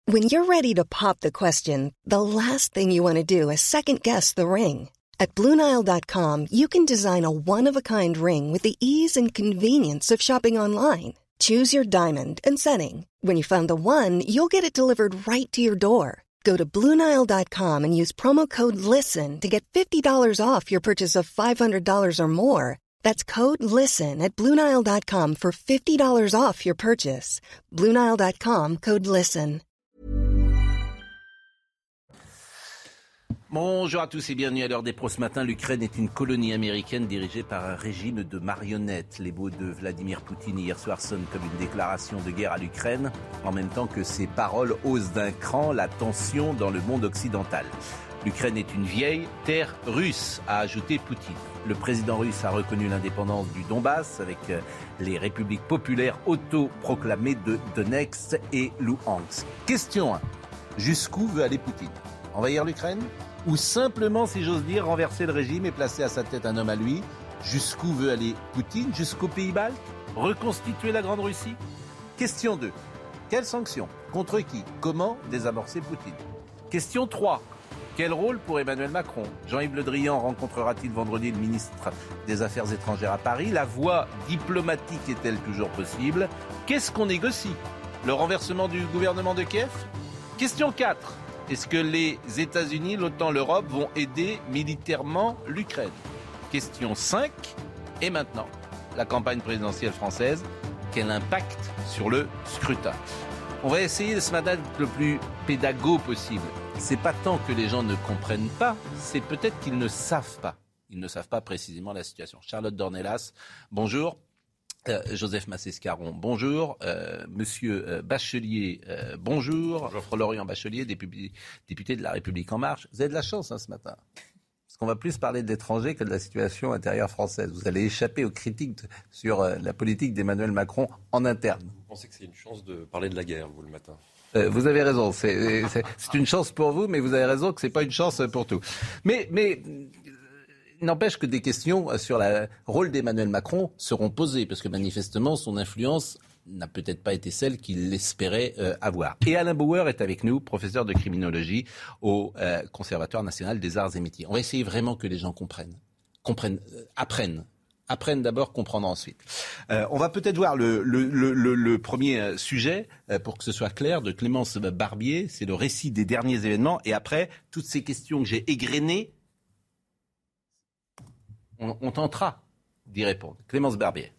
When you're ready to pop the question, the last thing you want to do is second-guess the ring. At BlueNile.com, you can design a one-of-a-kind ring with the ease and convenience of shopping online. Choose your diamond and setting. When you find the one, you'll get it delivered right to your door. Go to BlueNile.com and use promo code LISTEN to get $50 off your purchase of $500 or more. That's code LISTEN at BlueNile.com for $50 off your purchase. BlueNile.com, code LISTEN. Bonjour à tous et bienvenue à l'heure des pros. Ce matin, l'Ukraine est une colonie américaine dirigée par un régime de marionnettes. Les mots de Vladimir Poutine hier soir sonnent comme une déclaration de guerre à l'Ukraine, en même temps que ses paroles haussent d'un cran la tension dans le monde occidental. L'Ukraine est une vieille terre russe, a ajouté Poutine. Le président russe a reconnu l'indépendance du Donbass avec les républiques populaires autoproclamées de Donetsk et Louhansk. Question 1. Jusqu'où veut aller Poutine ? Envahir l'Ukraine ? Ou simplement, si j'ose dire, renverser le régime et placer à sa tête un homme à lui ? Jusqu'où veut aller Poutine ? Jusqu'aux pays baltes ? Reconstituer la Grande Russie ? Question 2. Quelles sanctions ? Contre qui ? Comment désamorcer Poutine ? Question 3. Quel rôle pour Emmanuel Macron ? Jean-Yves Le Drian rencontrera-t-il vendredi le ministre des Affaires étrangères à Paris ? La voie diplomatique est-elle toujours possible ? Qu'est-ce qu'on négocie ? Le renversement du gouvernement de Kiev ? Question 4. Est-ce que les États-Unis, l'OTAN, l'Europe vont aider militairement l'Ukraine ? Question 5. Et maintenant, la campagne présidentielle française, quel impact sur le scrutin ? On va essayer ce matin d'être le plus pédago possible. C'est pas tant que les gens ne comprennent pas, c'est peut-être qu'ils ne savent pas. Ils ne savent pas précisément la situation. Charlotte Dornelas, bonjour. Joseph Massescaron, bonjour. Monsieur Bachelier, bonjour. Florian Bachelier, député de La République En Marche. Vous avez de la chance ce matin, parce qu'on va plus parler de l'étranger que de la situation intérieure française. Vous allez échapper aux critiques sur la politique d'Emmanuel Macron en interne. Vous pensez que c'est une chance de parler de la guerre, vous, le matin ? Vous avez raison, c'est une chance pour vous, mais vous avez raison que c'est pas une chance pour tout. Mais n'empêche que des questions sur le rôle d'Emmanuel Macron seront posées, parce que manifestement, son influence n'a peut-être pas été celle qu'il espérait avoir. Et Alain Bauer est avec nous, professeur de criminologie au Conservatoire national des arts et métiers. On va essayer vraiment que les gens apprennent d'abord, comprendre ensuite. On va peut-être voir le premier sujet, pour que ce soit clair, de Clémence Barbier. C'est le récit des derniers événements. Et après, toutes ces questions que j'ai égrenées, on tentera d'y répondre. Clémence Barbier.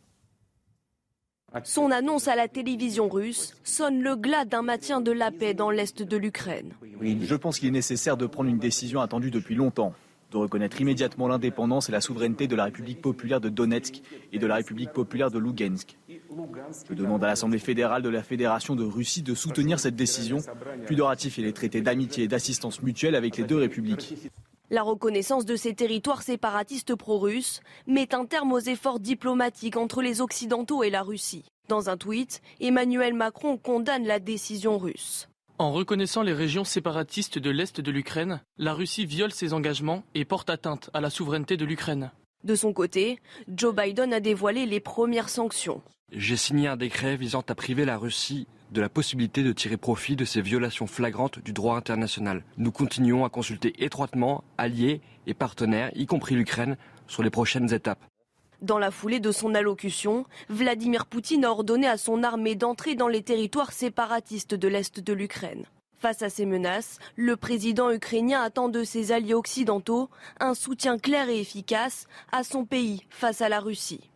Son annonce à la télévision russe sonne le glas d'un maintien de la paix dans l'est de l'Ukraine. Oui, je pense qu'il est nécessaire de prendre une décision attendue depuis longtemps, de reconnaître immédiatement l'indépendance et la souveraineté de la République populaire de Donetsk et de la République populaire de Lougansk. Je demande à l'Assemblée fédérale de la Fédération de Russie de soutenir cette décision, puis de ratifier les traités d'amitié et d'assistance mutuelle avec les deux républiques. La reconnaissance de ces territoires séparatistes pro-russes met un terme aux efforts diplomatiques entre les Occidentaux et la Russie. Dans un tweet, Emmanuel Macron condamne la décision russe. En reconnaissant les régions séparatistes de l'Est de l'Ukraine, la Russie viole ses engagements et porte atteinte à la souveraineté de l'Ukraine. De son côté, Joe Biden a dévoilé les premières sanctions. J'ai signé un décret visant à priver la Russie de la possibilité de tirer profit de ces violations flagrantes du droit international. Nous continuons à consulter étroitement alliés et partenaires, y compris l'Ukraine, sur les prochaines étapes. Dans la foulée de son allocution, Vladimir Poutine a ordonné à son armée d'entrer dans les territoires séparatistes de l'Est de l'Ukraine. Face à ces menaces, le président ukrainien attend de ses alliés occidentaux un soutien clair et efficace à son pays face à la Russie.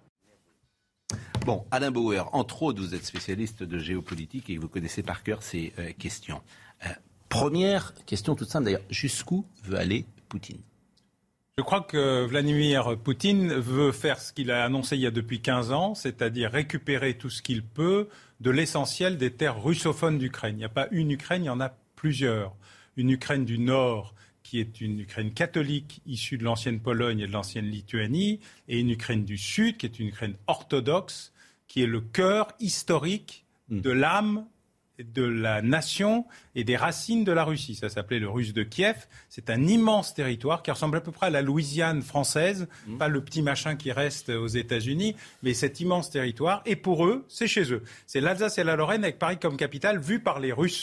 Bon, Alain Bauer, entre autres, vous êtes spécialiste de géopolitique et vous connaissez par cœur ces questions. Première question toute simple d'ailleurs, jusqu'où veut aller Poutine ? Je crois que Vladimir Poutine veut faire ce qu'il a annoncé il y a depuis 15 ans, c'est-à-dire récupérer tout ce qu'il peut de l'essentiel des terres russophones d'Ukraine. Il n'y a pas une Ukraine, il y en a plusieurs. Une Ukraine du Nord qui est une Ukraine catholique issue de l'ancienne Pologne et de l'ancienne Lituanie, et une Ukraine du Sud qui est une Ukraine orthodoxe, qui est le cœur historique de l'âme de la nation et des racines de la Russie. Ça s'appelait le Russe de Kiev. C'est un immense territoire qui ressemble à peu près à la Louisiane française, pas le petit machin qui reste aux États-Unis, mais cet immense territoire. Et pour eux, c'est chez eux. C'est l'Alsace et la Lorraine avec Paris comme capitale, vue par les Russes.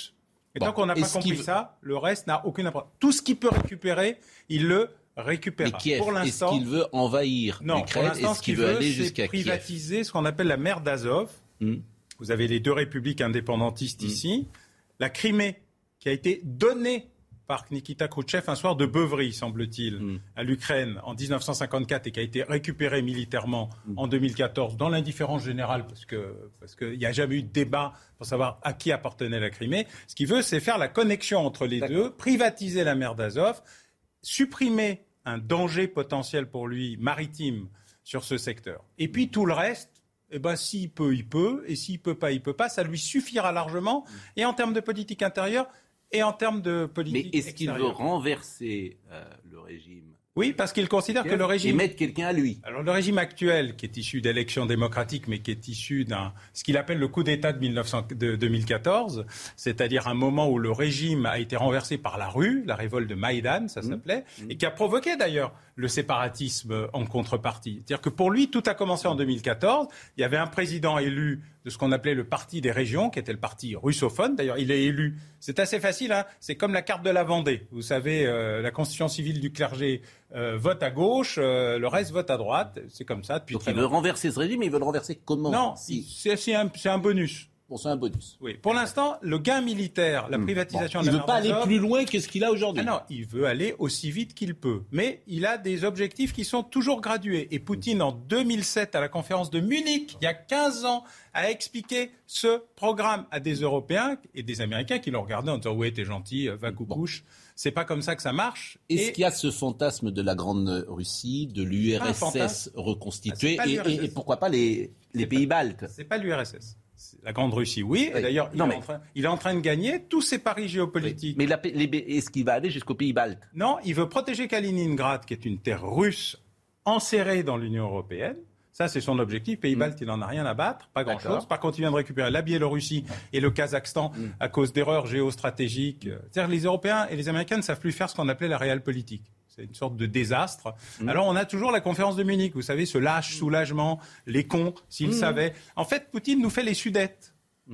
Et tant qu'on n'a pas compris ça, le reste n'a aucune importance. Tout ce qu'il peut récupérer, il le récupérera. Mais Kiev, pour l'instant, est-ce qu'il veut envahir l'Ukraine? Pour l'instant, est-ce qu'il veut aller jusqu'à Kiev, c'est privatiser ce qu'on appelle la mer d'Azov. Vous avez les deux républiques indépendantistes ici. La Crimée, qui a été donnée par Nikita Khrouchtchev un soir de beuverie, semble-t-il, à l'Ukraine en 1954 et qui a été récupérée militairement en 2014 dans l'indifférence générale parce qu'il n'y a jamais eu de débat pour savoir à qui appartenait la Crimée. Ce qu'il veut, c'est faire la connexion entre les deux, privatiser la mer d'Azov, supprimer un danger potentiel pour lui maritime sur ce secteur. Et puis tout le reste, s'il peut, il peut, et s'il peut pas, il peut pas. Ça lui suffira largement, et en termes de politique intérieure, et en termes de politique extérieure. Mais est-ce qu'il veut renverser le régime? Oui, parce qu'il considère que le régime... Et mettre quelqu'un à lui. Alors le régime actuel, qui est issu d'élections démocratiques, mais qui est issu ce qu'il appelle le coup d'État de 2014, c'est-à-dire un moment où le régime a été renversé par la rue, la révolte de Maïdan, ça s'appelait, et qui a provoqué d'ailleurs le séparatisme en contrepartie. C'est-à-dire que pour lui, tout a commencé en 2014. Il y avait un président élu de ce qu'on appelait le parti des régions, qui était le parti russophone. D'ailleurs, il est élu. C'est assez facile, hein. C'est comme la carte de la Vendée. Vous savez, la constitution civile du clergé vote à gauche, le reste vote à droite. C'est comme ça depuis très longtemps. Donc il veut renverser ce régime, mais il veut le renverser comment? Non, c'est un bonus. Bon, c'est un bonus. Oui. Pour l'instant, le gain militaire, la privatisation de la mer d'Azov... Il ne veut pas aller plus loin que ce qu'il a aujourd'hui. Ah non, il veut aller aussi vite qu'il peut. Mais il a des objectifs qui sont toujours gradués. Et Poutine, en 2007, à la conférence de Munich, il y a 15 ans, a expliqué ce programme à des Européens et des Américains qui l'ont regardé en disant « Ouais, t'es gentil, va coucouche ». C'est pas comme ça que ça marche. Est-ce qu'il y a ce fantasme de la Grande Russie, de l'URSS reconstituée et pourquoi pas les pays baltes? C'est pas l'URSS. La Grande Russie, oui. Et d'ailleurs, il est en train de gagner tous ses paris géopolitiques. Mais est-ce qu'il va aller jusqu'aux pays baltes? Non, il veut protéger Kaliningrad, qui est une terre russe enserrée dans l'Union européenne. Ça, c'est son objectif. Pays baltes, il n'en a rien à battre, pas grand-chose. Par contre, il vient de récupérer la Biélorussie et le Kazakhstan à cause d'erreurs géostratégiques. C'est-à-dire les Européens et les Américains ne savent plus faire ce qu'on appelait la réelle-politique. C'est une sorte de désastre. Alors, on a toujours la conférence de Munich. Vous savez, ce lâche soulagement, les cons, s'ils savaient. En fait, Poutine nous fait les Sudètes.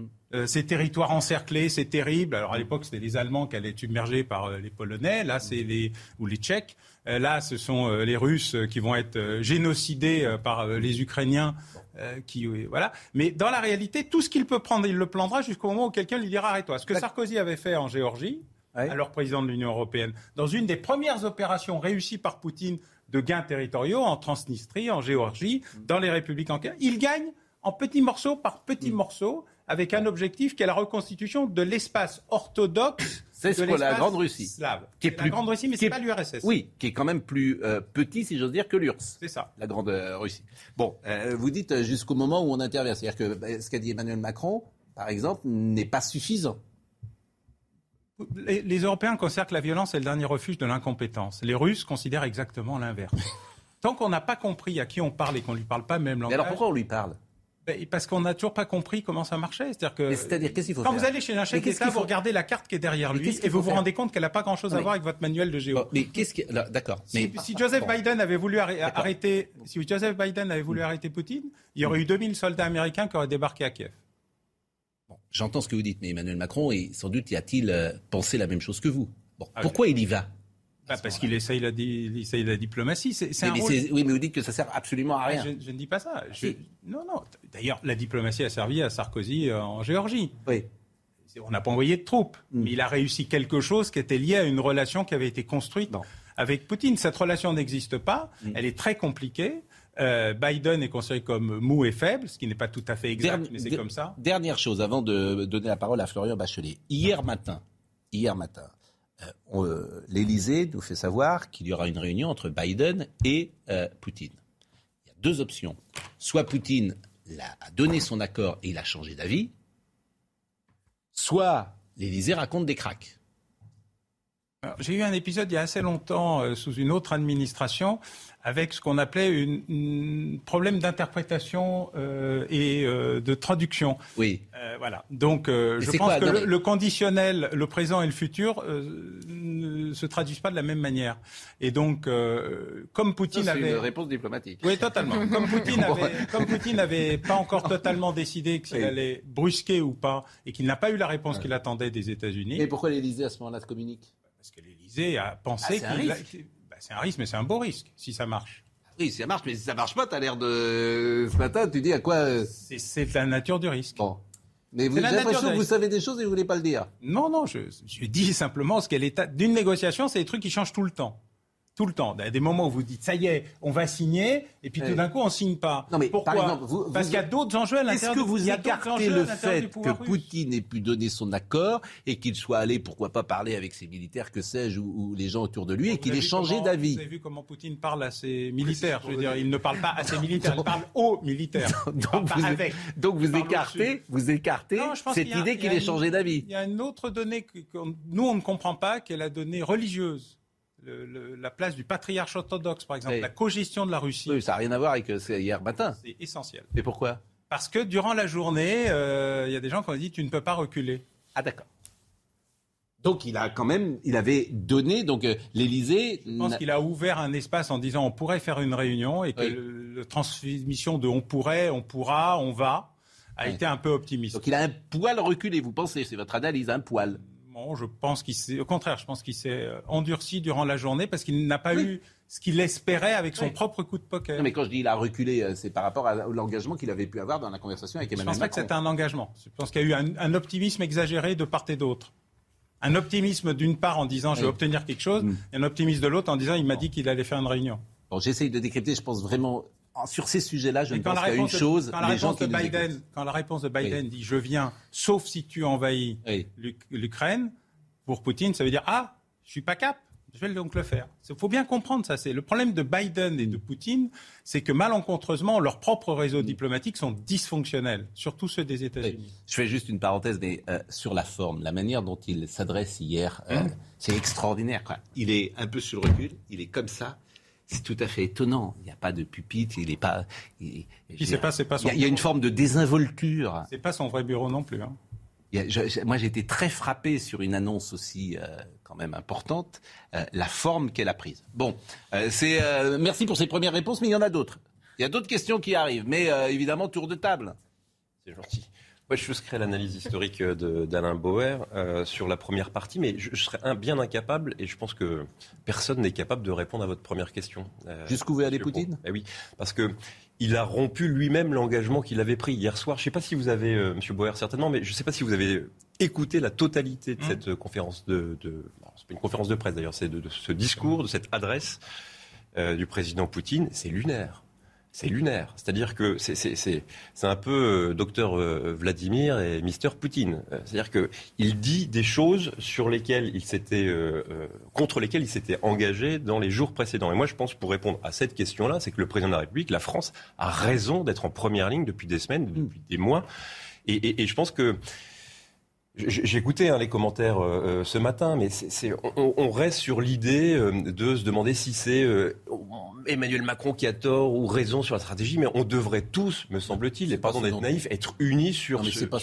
Ces territoires encerclés, c'est terrible. Alors, à l'époque, c'était les Allemands qui allaient être submergés par les Polonais. Là, c'est les Tchèques. Là, ce sont les Russes qui vont être génocidés par les Ukrainiens. Voilà. Mais dans la réalité, tout ce qu'il peut prendre, il le prendra jusqu'au moment où quelqu'un lui dira « arrête-toi ». Ce que Sarkozy avait fait en Géorgie, alors président de l'Union européenne, dans une des premières opérations réussies par Poutine de gains territoriaux en Transnistrie, en Géorgie, dans les républiques en guerre, il gagne en petits morceaux par petits morceaux, avec un objectif qui est la reconstitution de l'espace orthodoxe. C'est ce qu'on la Grande Russie. Slave. Qui est plus, la Grande Russie, mais ce n'est pas l'URSS. Oui, qui est quand même plus petit, si j'ose dire, que l'URSS. C'est ça. La Grande Russie. Bon, vous dites jusqu'au moment où on intervient. C'est-à-dire que ce qu'a dit Emmanuel Macron, par exemple, n'est pas suffisant. Les Européens considèrent que la violence est le dernier refuge de l'incompétence. Les Russes considèrent exactement l'inverse. Tant qu'on n'a pas compris à qui on parle et qu'on ne lui parle pas le même langage... Mais alors pourquoi on lui parle ? Parce qu'on n'a toujours pas compris comment ça marchait. C'est-à-dire qu'est-ce qu'il faut faire ? Quand vous allez chez un chef d'État, vous regardez la carte qui est derrière lui et vous vous rendez compte qu'elle n'a pas grand-chose à voir avec votre manuel de géo. Mais qu'est-ce qui... D'accord. Si Joseph Biden avait voulu arrêter Poutine, il y aurait eu 2000 soldats américains qui auraient débarqué à Kiev. Bon, j'entends ce que vous dites, mais Emmanuel Macron, sans doute, y a-t-il pensé la même chose que vous ? Bon, pourquoi il y va ? Parce qu'il essaye la diplomatie. Oui, mais vous dites que ça sert absolument à rien. Je ne dis pas ça. Non. D'ailleurs, la diplomatie a servi à Sarkozy en Géorgie. Oui. On n'a pas envoyé de troupes, mais il a réussi quelque chose qui était lié à une relation qui avait été construite avec Poutine. Cette relation n'existe pas. Elle est très compliquée. Biden est considéré comme mou et faible, ce qui n'est pas tout à fait exact, mais c'est comme ça. Dernière chose, avant de donner la parole à Florian Bachelier. Hier matin, l'Élysée nous fait savoir qu'il y aura une réunion entre Biden et Poutine. Il y a deux options. Soit Poutine a donné son accord et il a changé d'avis, soit l'Élysée raconte des cracks. Alors, j'ai eu un épisode il y a assez longtemps sous une autre administration avec ce qu'on appelait un problème d'interprétation et de traduction. Oui. Voilà. Donc, je pense que le conditionnel, le présent et le futur se traduisent pas de la même manière. Et donc, comme Poutine avait... C'est une réponse diplomatique. Oui, totalement. Comme Poutine n'avait pas encore totalement décidé s'il allait brusquer ou pas, et qu'il n'a pas eu la réponse qu'il attendait des États-Unis. Mais pourquoi l'Élysée, à ce moment-là, se communique ? Parce que l'Élysée a pensé c'est un risque. C'est un risque, mais c'est un beau risque, si ça marche. Oui, ça marche, mais si ça marche pas, t'as l'air de... Ce matin, tu dis à quoi... C'est la nature du risque. Bon. Mais j'ai l'impression que vous savez des choses et vous voulez pas le dire. Non, je dis simplement ce qu'est l'état d'une négociation, c'est des trucs qui changent tout le temps. Tout le temps. Il y a des moments où vous dites, ça y est, on va signer, et puis tout d'un coup, on ne signe pas. Non, mais pourquoi ? par exemple, Parce qu'il y a d'autres enjeux à l'intérieur. Est-ce que vous écartez le fait que russe. Poutine ait pu donner son accord et qu'il soit allé, pourquoi pas, parler avec ses militaires, que sais-je, ou les gens autour de lui, et qu'il ait changé d'avis ? Vous avez vu comment Poutine parle à ses militaires. Je veux dire, il ne parle pas à ses militaires, il parle aux militaires. Donc vous écartez cette idée qu'il ait changé d'avis. Il y a une autre donnée que nous, on ne comprend pas, qui est la donnée religieuse. La place du patriarche orthodoxe, par exemple, la cogestion de la Russie. Oui, ça n'a rien à voir avec hier matin. C'est essentiel. Mais pourquoi ? Parce que durant la journée, il y a des gens qui ont dit tu ne peux pas reculer. Ah d'accord. Donc il avait donné, donc l'Élysée... Je pense qu'il a ouvert un espace en disant on pourrait faire une réunion et que la transmission de on pourrait, on pourra, on va a été un peu optimiste. Donc il a un poil reculé, vous pensez, c'est votre analyse, un poil. Bon, je pense au contraire, je pense qu'il s'est endurci durant la journée parce qu'il n'a pas eu ce qu'il espérait avec son propre coup de poker. Non, mais quand je dis il a reculé, c'est par rapport à l'engagement qu'il avait pu avoir dans la conversation avec Emmanuel Macron. Je pense pas que c'était un engagement. Je pense qu'il y a eu un optimisme exagéré de part et d'autre. Un optimisme d'une part en disant je vais obtenir quelque chose, et un optimisme de l'autre en disant il m'a dit qu'il allait faire une réunion. Bon, j'essaye de décrypter, je pense vraiment... Sur ces sujets-là, je ne pense qu'à une chose, les gens qui nous écoutent. Quand la réponse de Biden dit « je viens, sauf si tu envahis l'Ukraine », pour Poutine, ça veut dire « ah, je suis pas cap, je vais donc le faire ». Il faut bien comprendre ça. C'est le problème de Biden et de Poutine, c'est que malencontreusement, leurs propres réseaux diplomatiques sont dysfonctionnels, surtout ceux des États-Unis. Je fais juste une parenthèse, mais sur la forme, la manière dont il s'adresse hier, c'est extraordinaire, quoi. Il est un peu sur le recul, il est comme ça. C'est tout à fait étonnant. Il n'y a pas de pupitre, il n'est pas. Il y a une forme de désinvolture. C'est pas son vrai bureau non plus. Moi, j'ai été très frappé sur une annonce aussi quand même importante, la forme qu'elle a prise. Bon, merci pour ces premières réponses, mais il y en a d'autres. Il y a d'autres questions qui arrivent, mais évidemment tour de table. C'est gentil. Moi, je souscris à l'analyse historique d'Alain Bauer sur la première partie, mais je serais bien incapable, et je pense que personne n'est capable de répondre à votre première question. Jusqu'où veut aller Poutine ? Oui, parce qu'il a rompu lui-même l'engagement qu'il avait pris hier soir. Je ne sais pas si vous avez, M. Bauer certainement, mais je ne sais pas si vous avez écouté la totalité de cette conférence non, c'est pas une conférence de presse d'ailleurs, c'est de ce discours, de cette adresse du président Poutine. C'est lunaire. C'est lunaire. C'est-à-dire que c'est un peu docteur Vladimir et Mister Poutine. C'est-à-dire qu'il dit des choses sur lesquelles contre lesquelles il s'était engagé dans les jours précédents. Et moi, je pense, pour répondre à cette question-là, c'est que le président de la République, la France, a raison d'être en première ligne depuis des semaines, depuis des mois. Et je pense que j'ai écouté les commentaires ce matin, mais on reste sur l'idée de se demander si c'est Emmanuel Macron qui a tort ou raison sur la stratégie, mais on devrait tous, me semble-t-il, et pardon d'être naïf, être unis sur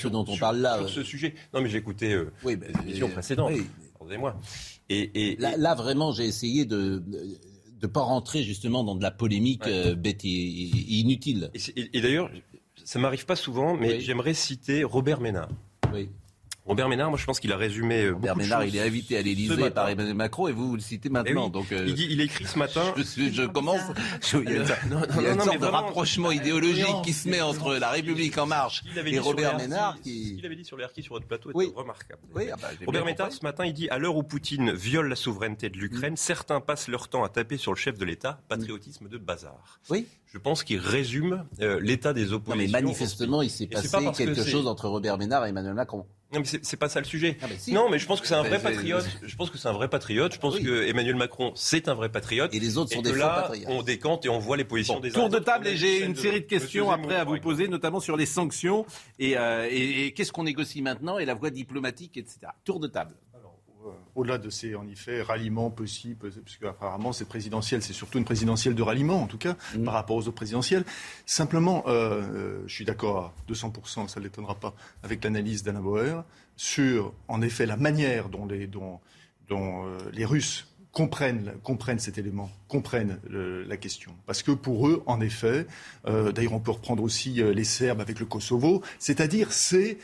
ce sujet. Non, mais j'ai écouté les émissions précédentes. Oui. Pardonnez-moi. Là, vraiment, j'ai essayé de ne pas rentrer justement dans de la polémique bête et inutile. Et d'ailleurs, ça ne m'arrive pas souvent, mais j'aimerais citer Robert Ménard. Oui. Robert Ménard, moi je pense qu'il a résumé Robert Ménard, il est invité à l'Élysée par Emmanuel Macron et vous le citez maintenant. Donc, il écrit ce matin... Je commence... Il y a une sorte de rapprochement idéologique qui se met entre La République En Marche et Robert Ménard. Ce qu'il avait dit sur les harkis sur votre plateau était remarquable. Robert Ménard, ce matin, il dit « À l'heure où Poutine viole la souveraineté de l'Ukraine, certains passent leur temps à taper sur le chef de l'État. Patriotisme de bazar. » Oui. Je pense qu'il résume l'état des oppositions. Non, mais manifestement, il s'est passé quelque chose entre Robert Ménard et Emmanuel Macron. Non, mais c'est pas ça le sujet. Non, mais je pense que c'est un vrai patriote. Je pense que c'est un vrai patriote. Je pense que Emmanuel Macron, c'est un vrai patriote. Et les autres sont des faux patriotes. On décante et on voit les positions des tour de table, et j'ai une série de questions après à vous poser, notamment sur les sanctions et qu'est-ce qu'on négocie maintenant et la voie diplomatique, etc. Tour de table. Au-delà de ces, en effet, ralliements possibles, puisque apparemment cette présidentielle, c'est surtout une présidentielle de ralliement, en tout cas, par rapport aux autres présidentielles. Simplement, je suis d'accord à 200%, ça ne l'étonnera pas, avec l'analyse d'Alain Bauer, sur, en effet, la manière dont dont les Russes comprennent cet élément, comprennent la question. Parce que pour eux, en effet, d'ailleurs on peut reprendre aussi les Serbes avec le Kosovo, c'est-à-dire c'est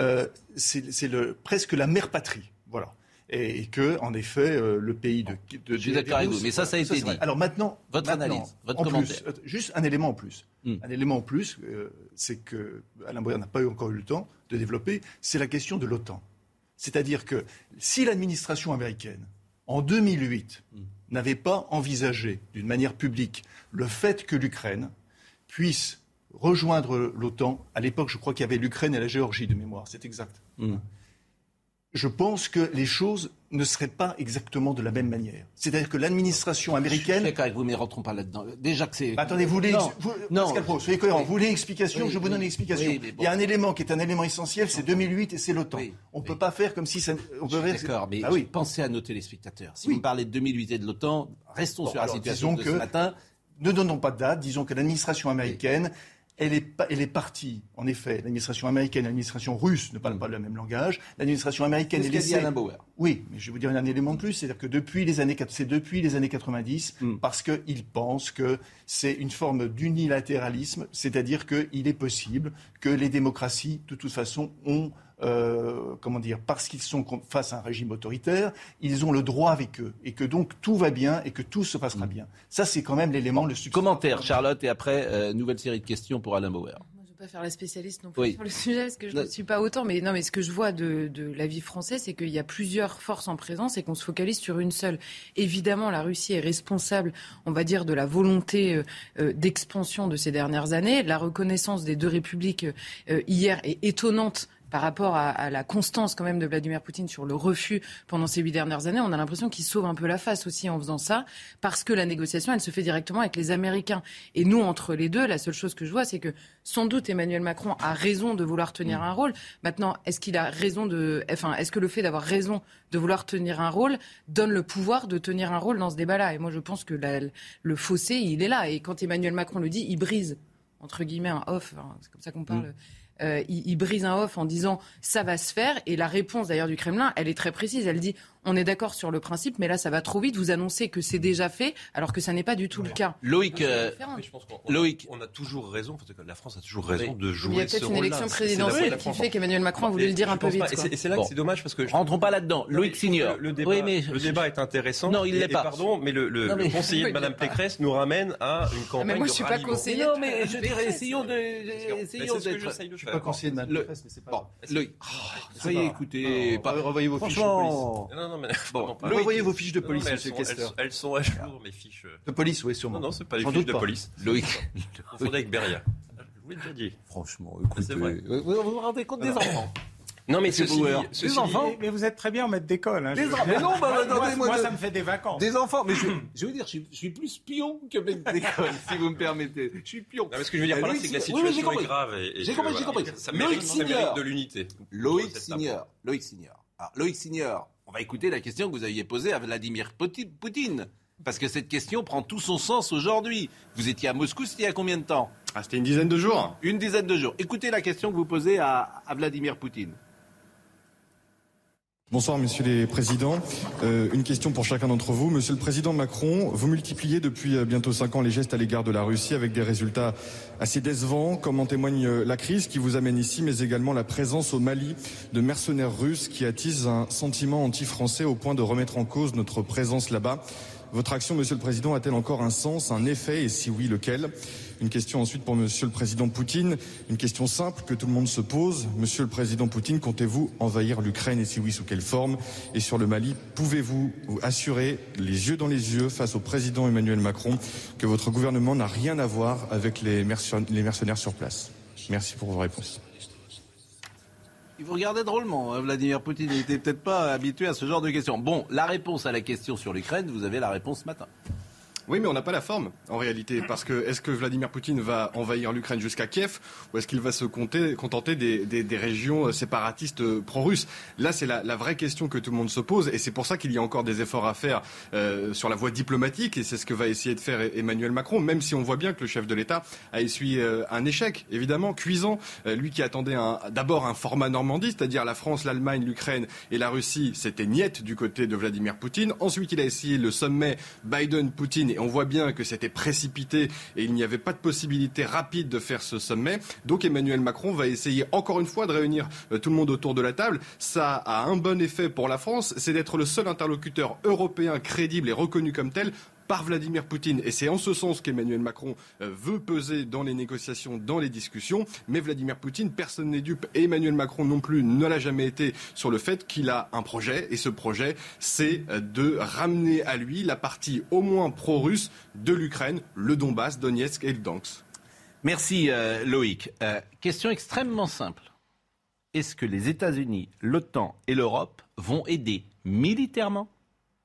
presque la mère patrie. Voilà. Et que, en effet, le pays de je suis d'accord avec vous, mais ça a été dit. Alors maintenant, votre analyse, votre commentaire. Juste un élément en plus. Un élément en plus, c'est que Alain Boyer n'a pas encore eu le temps de développer, c'est la question de l'OTAN. C'est-à-dire que si l'administration américaine, en 2008, n'avait pas envisagé d'une manière publique le fait que l'Ukraine puisse rejoindre l'OTAN, à l'époque, je crois qu'il y avait l'Ukraine et la Géorgie de mémoire, c'est exact. Je pense que les choses ne seraient pas exactement de la même manière. C'est-à-dire que l'administration américaine... Je suis d'accord avec vous, mais ne rentrons pas là-dedans. Déjà que c'est... Attendez, Pascal Pro, soyez cohérent. Vous voulez l'explication, je vous donne l'explication. Oui, bon. Il y a un élément qui est un élément essentiel, c'est 2008 et c'est l'OTAN. On ne peut pas faire comme si ça... D'accord, mais pensez à nos téléspectateurs. Si vous parlez de 2008 et de l'OTAN, restons sur la situation de ce matin. Ne donnons pas de date, disons que l'administration américaine... Elle est partie, en effet, l'administration américaine et l'administration russe ne parlent pas le même langage. L'administration américaine est laissée... Alain Bauer. Oui, mais je vais vous dire un élément de plus, c'est-à-dire que depuis les années 90, parce qu'ils pensent que c'est une forme d'unilatéralisme, c'est-à-dire qu'il est possible que les démocraties, de toute façon, ont... parce qu'ils sont face à un régime autoritaire, ils ont le droit avec eux et que donc tout va bien et que tout se passera bien. Ça, c'est quand même l'élément, le substrat. Commentaire, Charlotte, et après, nouvelle série de questions pour Alain Bauer. Je ne vais pas faire la spécialiste non plus sur le sujet parce que je ne suis pas autant. Mais ce que je vois de la vie française, c'est qu'il y a plusieurs forces en présence et qu'on se focalise sur une seule. Évidemment, la Russie est responsable, on va dire, de la volonté d'expansion de ces dernières années. La reconnaissance des deux républiques hier est étonnante. Par rapport à la constance quand même de Vladimir Poutine sur le refus pendant ces 8 dernières années, on a l'impression qu'il sauve un peu la face aussi en faisant ça, parce que la négociation, elle se fait directement avec les Américains. Et nous, entre les deux, la seule chose que je vois, c'est que sans doute Emmanuel Macron a raison de vouloir tenir un rôle. Maintenant, est-ce que le fait d'avoir raison de vouloir tenir un rôle donne le pouvoir de tenir un rôle dans ce débat-là ? Et moi, je pense que le fossé, il est là. Et quand Emmanuel Macron le dit, il brise, entre guillemets, un off, c'est comme ça qu'on parle... Il brise un off en disant ça va se faire, et la réponse d'ailleurs du Kremlin, elle est très précise, elle dit on est d'accord sur le principe, mais là ça va trop vite, vous annoncez que c'est déjà fait alors que ça n'est pas du tout le cas. Loïc, je pense qu'on a toujours raison, la France a toujours raison de jouer ce rôle-là. Il y a peut-être une élection présidentielle qui fait qu'Emmanuel Macron a voulu le dire un peu vite. Et c'est là que c'est dommage parce que... Rentrons pas là-dedans. Loïc Signor. Le débat est intéressant. Non, il l'est pas. Pardon, mais le conseiller de Mme Pécresse nous ramène à une campagne de ralliement. Mais moi je suis pas conseiller. Non, mais je dirais, essayons de... Je suis pas conseiller de Mme Pécresse, mais c'est pas... Loïc, soyez écoutés. Revoyez vos fiches de police. Non, mais... Revoyez vos fiches de police, monsieur Kester. Elles sont à jour, mes fiches. De police, oui, sûrement. Non, c'est pas les fiches de police. Loïc. Confondez avec Beria. Je vous l'ai déjà dit. Franchement, écoutez, vous vous rendez compte des enfants? Non, mais des enfants. Mais vous êtes très bien en maître d'école. Hein, mais non, moi, ça me fait des vacances. Des enfants. Mais je veux dire, je suis plus pion que maître d'école, si vous me permettez. Je suis pion. Non, mais ce que je veux dire par là, c'est que la situation est grave. J'ai compris. Ça mérite de l'unité. Loïc Signor. Alors, Loïc Signor, on va écouter la question que vous aviez posée à Vladimir Poutine. Parce que cette question prend tout son sens aujourd'hui. Vous étiez à Moscou, c'était il y a combien de temps? C'était une dizaine de jours. Une dizaine de jours. Écoutez la question que vous posez à Vladimir Poutine. Bonsoir, messieurs les présidents. Une question pour chacun d'entre vous. Monsieur le président Macron, vous multipliez depuis bientôt 5 ans les gestes à l'égard de la Russie avec des résultats assez décevants, comme en témoigne la crise qui vous amène ici, mais également la présence au Mali de mercenaires russes qui attisent un sentiment anti-français au point de remettre en cause notre présence là-bas. Votre action, monsieur le président, a-t-elle encore un sens, un effet, et si oui, lequel? Une question ensuite pour monsieur le président Poutine, une question simple que tout le monde se pose. Monsieur le président Poutine, comptez-vous envahir l'Ukraine, et si oui, sous quelle forme? Et sur le Mali, pouvez-vous vous assurer, les yeux dans les yeux, face au président Emmanuel Macron, que votre gouvernement n'a rien à voir avec les mercenaires sur place? Merci pour vos réponses. Il vous regardait drôlement, hein, Vladimir Poutine. Il n'était peut-être pas habitué à ce genre de questions. Bon, la réponse à la question sur l'Ukraine, vous avez la réponse ce matin. Oui, mais on n'a pas la forme, en réalité. Parce que est-ce que Vladimir Poutine va envahir l'Ukraine jusqu'à Kiev ou est-ce qu'il va se contenter des régions séparatistes pro-russes? Là, c'est la vraie question que tout le monde se pose. Et c'est pour ça qu'il y a encore des efforts à faire sur la voie diplomatique. Et c'est ce que va essayer de faire Emmanuel Macron, même si on voit bien que le chef de l'État a essuyé un échec, évidemment, cuisant. Lui qui attendait d'abord un format Normandie, c'est-à-dire la France, l'Allemagne, l'Ukraine et la Russie, c'était niette du côté de Vladimir Poutine. Ensuite, il a essayé le sommet Biden-Poutine et on voit bien que c'était précipité et il n'y avait pas de possibilité rapide de faire ce sommet. Donc Emmanuel Macron va essayer encore une fois de réunir tout le monde autour de la table. Ça a un bon effet pour la France, c'est d'être le seul interlocuteur européen crédible et reconnu comme tel par Vladimir Poutine. Et c'est en ce sens qu'Emmanuel Macron veut peser dans les négociations, dans les discussions. Mais Vladimir Poutine, personne n'est dupe, et Emmanuel Macron non plus ne l'a jamais été, sur le fait qu'il a un projet. Et ce projet, c'est de ramener à lui la partie au moins pro-russe de l'Ukraine, le Donbass, Donetsk et le Donetsk. Merci Loïc. Question extrêmement simple. Est-ce que les États-Unis, l'OTAN et l'Europe vont aider militairement l'Ukraine ?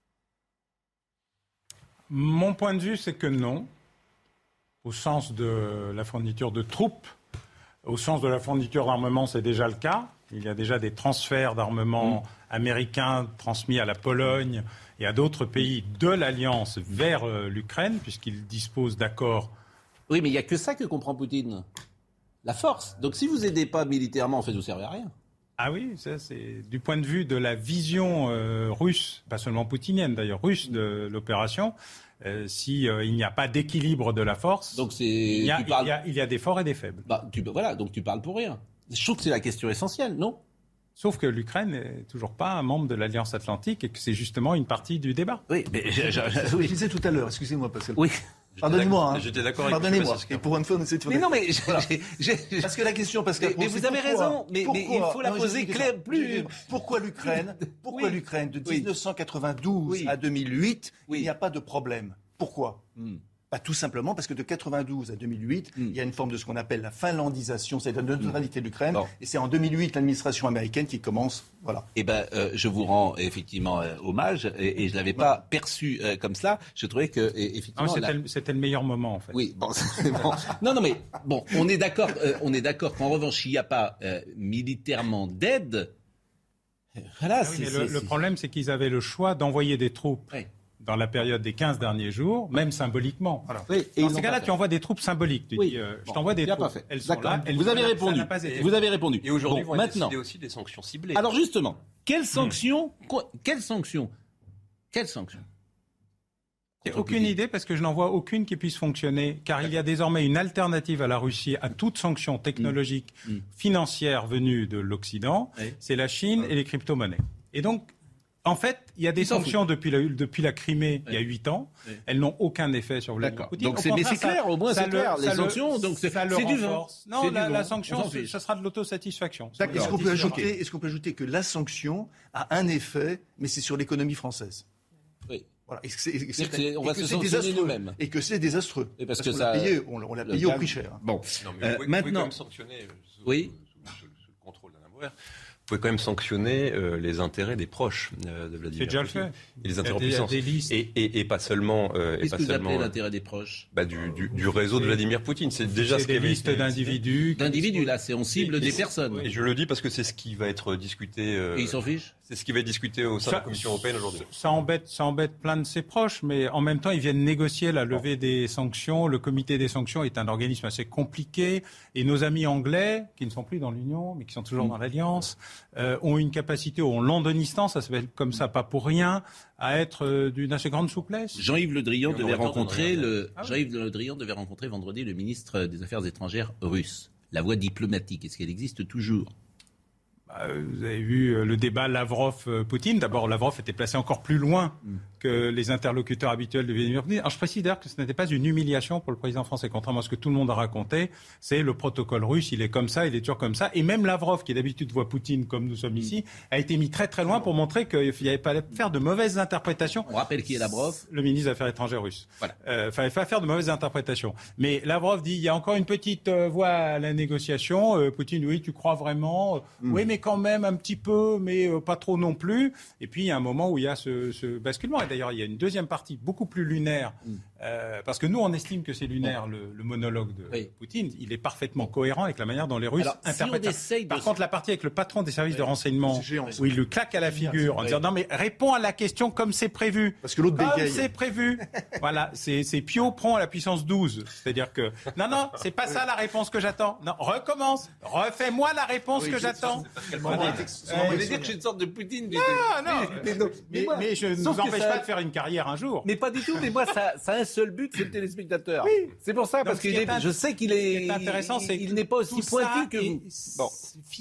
Mon point de vue, c'est que non, au sens de la fourniture de troupes, au sens de la fourniture d'armement, c'est déjà le cas. Il y a déjà des transferts d'armement américains transmis à la Pologne et à d'autres pays de l'Alliance vers l'Ukraine, puisqu'ils disposent d'accords. Oui, mais il n'y a que ça que comprend Poutine. La force. Donc si vous n'aidez pas militairement, en fait, vous ne servez à rien. Ah oui, ça c'est du point de vue de la vision russe, pas seulement poutinienne d'ailleurs, russe de l'opération. Il n'y a pas d'équilibre de la force, donc il y a des forts et des faibles. Voilà, donc tu parles pour rien. Je trouve que c'est la question essentielle, non ? Sauf que l'Ukraine n'est toujours pas un membre de l'Alliance Atlantique et que c'est justement une partie du débat. Oui, mais je disais tout à l'heure, excusez-moi Pascal. Oui. Pardonnez-moi. J'étais d'accord avec Pardonnez-moi. Et pour une fois, on essaie de faire. Mais non, mais parce que la question, Pascal. Mais vous avez raison. Mais il faut la poser claire. Pourquoi l'Ukraine de 1992 à 2008, il n'y a pas de problème. Pourquoi ? Tout simplement parce que de 92 à 2008, il y a une forme de ce qu'on appelle la finlandisation, c'est-à-dire la neutralité de l'Ukraine. Bon. Et c'est en 2008 l'administration américaine qui commence. Voilà. Eh ben, je vous rends effectivement hommage et je l'avais pas perçu comme ça. Je trouvais que effectivement c'était le meilleur moment en fait. Oui, bon, c'est bon. Non, mais bon, on est d'accord. Qu'en revanche, il n'y a pas militairement d'aide. Voilà. Le problème, c'est qu'ils avaient le choix d'envoyer des troupes. Oui. Dans la période des 15 derniers jours, même symboliquement. Voilà. Oui, et dans ces cas-là, tu envoies des troupes symboliques. Tu dis, je t'envoie des troupes. Elles sont là. Vous avez répondu. Vous avez répondu. Et aujourd'hui, on va décider aussi des sanctions ciblées. Alors justement, quelles sanctions Quelles sanctions Aucune idée, parce que je n'en vois aucune qui puisse fonctionner, car il y a désormais une alternative à la Russie, à toute sanction technologique, financière venue de l'Occident. C'est la Chine et les crypto-monnaies. Et donc, en fait, il y a des sanctions depuis la Crimée il y a 8 ans. Elles n'ont aucun effet sur Vladimir Poutine. Donc mais c'est clair, au moins c'est clair. Les sanctions, donc c'est du vent. Non, la sanction, ça sera de l'autosatisfaction. Est-ce qu'on peut ajouter que la sanction a un effet, mais c'est sur l'économie française ? Oui. Voilà. On va se sanctionner nous-mêmes. Et que c'est désastreux. Et parce que on l'a payé au prix cher. Bon, maintenant, vous pouvez quand même sanctionner sous le contrôle d'Alain Bauer. Vous pouvez quand même sanctionner les intérêts des proches de Vladimir Poutine. C'est déjà le fait. Et les intérêts en puissance. Et pas seulement. Qu'est-ce que vous appelez l'intérêt des proches ? Du réseau de Vladimir Poutine. C'est déjà ce des listes d'individus. D'individus, là, on cible des personnes. Et je le dis parce que c'est ce qui va être discuté. Et ils s'en fichent ? C'est ce qui va être discuté au sein de la Commission européenne aujourd'hui. Ça embête plein de ses proches, mais en même temps, ils viennent négocier la levée des sanctions. Le comité des sanctions est un organisme assez compliqué. Et nos amis anglais, qui ne sont plus dans l'Union, mais qui sont toujours dans l'Alliance, ont une capacité au londonistan, ça s'appelle comme ça, pas pour rien, à être d'une assez grande souplesse. Jean-Yves Le Drian devait rencontrer vendredi le ministre des Affaires étrangères russe. La voie diplomatique, est-ce qu'elle existe toujours ? Vous avez vu le débat Lavrov-Poutine. D'abord, Lavrov était placé encore plus loin que les interlocuteurs habituels de Vladimir Poutine. Alors, je précise d'ailleurs que ce n'était pas une humiliation pour le président français, contrairement à ce que tout le monde a raconté. C'est le protocole russe, il est comme ça, il est toujours comme ça. Et même Lavrov, qui d'habitude voit Poutine comme nous sommes ici, a été mis très très loin pour montrer qu'il n'y avait pas à faire de mauvaises interprétations. On rappelle qui est Lavrov ? Le ministre des Affaires étrangères russe. Voilà. Fallait pas faire de mauvaises interprétations. Mais Lavrov dit, il y a encore une petite voie à la négociation. Poutine, oui, tu crois vraiment ? Oui, mais quand même un petit peu, mais pas trop non plus. Et puis il y a un moment où il y a ce basculement. Et d'ailleurs, il y a une deuxième partie beaucoup plus lunaire, parce que nous, on estime que c'est lunaire, le monologue de Poutine. Il est parfaitement cohérent avec la manière dont les Russes interprètent ça. Par contre, la partie avec le patron des services de renseignement, où il lui claque à la figure en disant « Non, mais réponds à la question comme c'est prévu. » Parce que l'autre bégaye. Comme c'est prévu. Voilà, c'est Pio prend à la puissance 12. C'est-à-dire que, non, c'est pas ça la réponse que j'attends. Non, recommence. Refais-moi la réponse que j'attends. Vous voulez dire que je suis une sorte de Poutine mais je ne vous empêche pas de faire une carrière un jour. Mais pas du tout, mais moi, ça a un seul but, c'est le téléspectateur. Oui. C'est pour ça, parce que je sais qu'il est intéressant, c'est qu'il n'est pas aussi pointu que vous. Bon.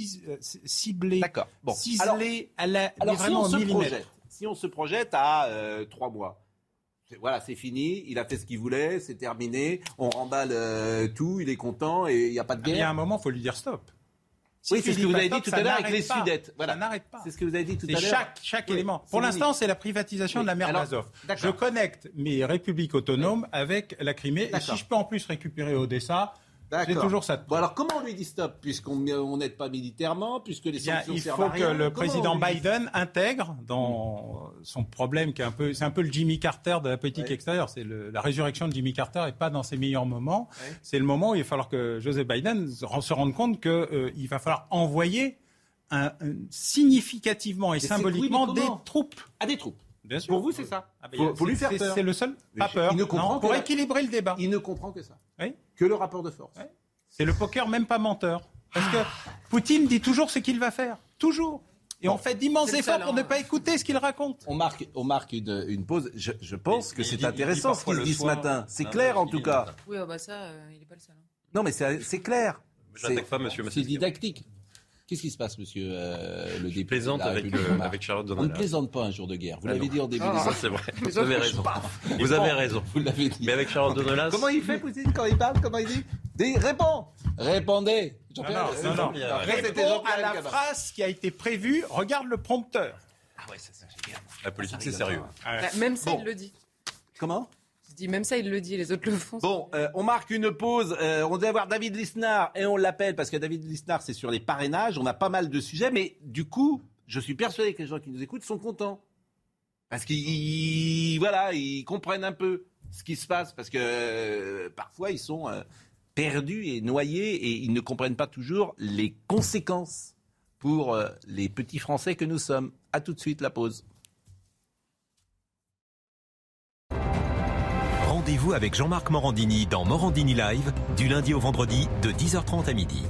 Ciblé. D'accord. Bon. Ciselé vraiment au millimètre. Si on se projette à 3 mois. Voilà, c'est fini, il a fait ce qu'il voulait, c'est terminé, on remballe tout, il est content et il n'y a pas de guerre. Il y a un moment, il faut lui dire stop. Oui, c'est ce que vous avez dit tout à l'heure avec les Sudètes. Voilà. Ça n'arrête pas. C'est ce que vous avez dit tout à l'heure. Chaque élément. Pour l'instant, c'est la privatisation de la mer d'Azov. Je connecte mes républiques autonomes avec la Crimée. Et si je peux en plus récupérer Odessa, c'est toujours ça. Bon, alors comment on lui dit stop, puisqu'on n'aide pas militairement, puisque les sanctions servent à rien. Il faut que le président Biden intègre dans son problème, c'est un peu le Jimmy Carter de la politique extérieure. C'est la résurrection de Jimmy Carter et pas dans ses meilleurs moments. C'est le moment où il va falloir que Joseph Biden se rende compte qu'il va falloir envoyer significativement et symboliquement des troupes. Des troupes. Bien sûr. Pour vous, c'est ça. Faut lui faire peur. C'est le seul. Pas peur. Pour équilibrer le débat. Il ne comprend que ça. Oui. Que le rapport de force. Oui. C'est le poker, même pas menteur. Parce que Poutine dit toujours ce qu'il va faire. Toujours. Et on fait d'immenses efforts pour ne pas écouter ce qu'il raconte. On marque une pause. Je pense que c'est intéressant ce qu'il dit ce matin. C'est clair en tout cas. Oui, ça, il n'est pas le seul. Non, mais c'est clair. Je n'attaque pas, monsieur Massescaron. C'est didactique. Qu'est-ce qui se passe, monsieur le député? Plaisante avec Charlotte Dornelas. On ne plaisante pas un jour de guerre. Vous l'avez dit en début d'émission. C'est vrai. Vous avez raison. Vous avez raison. Vous l'avez dit. Mais avec Charlotte Dornelas. Comment il fait, Poutine, quand il parle? Comment il dit? Répondez. Non. Réponds à la phrase qui a été prévue. Regarde le prompteur. Ah ouais, ça c'est génial. La politique, c'est sérieux. Même ça, il le dit. Comment? Même ça, il le dit, les autres le font. Bon, on marque une pause. On devait avoir David Lisnard et on l'appelle parce que David Lisnard, c'est sur les parrainages. On a pas mal de sujets, mais du coup, je suis persuadé que les gens qui nous écoutent sont contents. Parce qu'ils comprennent un peu ce qui se passe. Parce que parfois, ils sont perdus et noyés et ils ne comprennent pas toujours les conséquences pour les petits Français que nous sommes. À tout de suite, la pause. Rendez-vous avec Jean-Marc Morandini dans Morandini Live, du lundi au vendredi, de 10h30 à midi.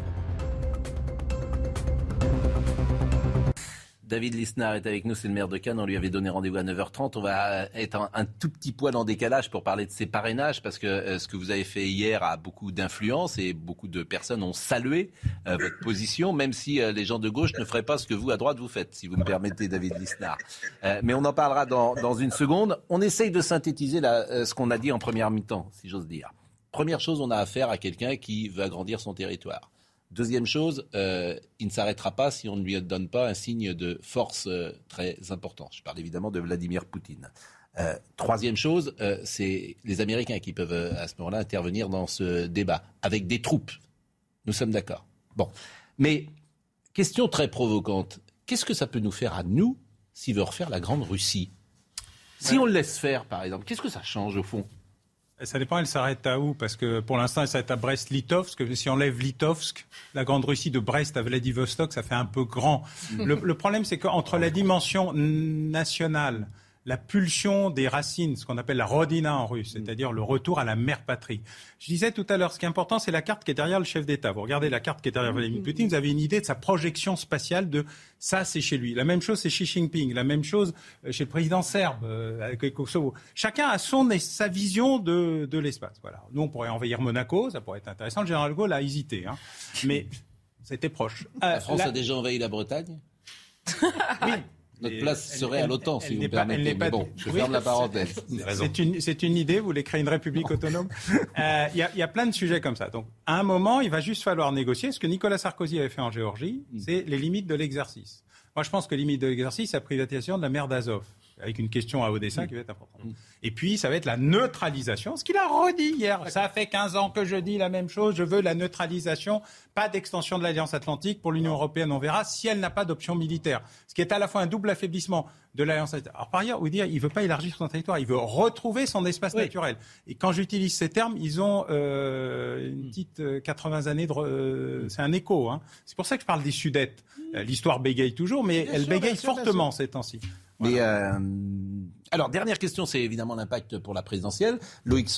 David Lisnard est avec nous, c'est le maire de Cannes. On lui avait donné rendez-vous à 9h30. On va être un tout petit poil en décalage pour parler de ces parrainages parce que ce que vous avez fait hier a beaucoup d'influence et beaucoup de personnes ont salué votre position, même si les gens de gauche ne feraient pas ce que vous, à droite, vous faites, si vous me permettez, David Lisnard. Mais on en parlera dans une seconde. On essaye de synthétiser ce qu'on a dit en première mi-temps, si j'ose dire. Première chose, on a affaire à quelqu'un qui veut agrandir son territoire. Deuxième chose, il ne s'arrêtera pas si on ne lui donne pas un signe de force très important. Je parle évidemment de Vladimir Poutine. Troisième chose, c'est les Américains qui peuvent à ce moment-là intervenir dans ce débat, avec des troupes. Nous sommes d'accord. Bon. Mais, question très provocante, qu'est-ce que ça peut nous faire à nous s'il veut refaire la Grande Russie? Si on le laisse faire, par exemple, qu'est-ce que ça change au fond? Ça dépend, elle s'arrête à où? Parce que pour l'instant, elle s'arrête à Brest-Litovsk. Si on enlève Litovsk, la Grande Russie de Brest à Vladivostok, ça fait un peu grand. Le problème, c'est qu'entre la dimension nationale, la pulsion des racines, ce qu'on appelle la rodina en russe, c'est-à-dire le retour à la mère patrie. Je disais tout à l'heure, ce qui est important, c'est la carte qui est derrière le chef d'État. Vous regardez la carte qui est derrière Vladimir Poutine, vous avez une idée de sa projection spatiale de ça, c'est chez lui. La même chose, c'est Xi Jinping. La même chose chez le président serbe, avec Kosovo. Chacun a sa vision de l'espace. Voilà. Nous, on pourrait envahir Monaco, ça pourrait être intéressant. Le général de Gaulle a hésité, hein. Mais c'était proche. La France a déjà envahi la Bretagne? Oui. Notre place serait à l'OTAN, si vous me permettez. Mais bon, je ferme la parenthèse. C'est une idée, vous voulez créer une république autonome. Il y a plein de sujets comme ça. Donc, à un moment, il va juste falloir négocier. Ce que Nicolas Sarkozy avait fait en Géorgie, c'est les limites de l'exercice. Moi, je pense que limite de l'exercice, c'est la privatisation de la mer d'Azov, avec une question à Odessa qui va être importante. Et puis, ça va être la neutralisation, ce qu'il a redit hier. Ça fait 15 ans que je dis la même chose. Je veux la neutralisation, pas d'extension de l'Alliance Atlantique. Pour l'Union européenne, on verra si elle n'a pas d'option militaire. Ce qui est à la fois un double affaiblissement de l'Alliance Atlantique. Alors, par ailleurs, il ne veut pas élargir son territoire, il veut retrouver son espace naturel. Et quand j'utilise ces termes, ils ont une petite 80 années c'est un écho. Hein. C'est pour ça que je parle des Sudètes. L'histoire bégaye toujours, mais elle bégaye fortement ces temps-ci. Mais alors, dernière question, c'est évidemment l'impact pour la présidentielle. Loïc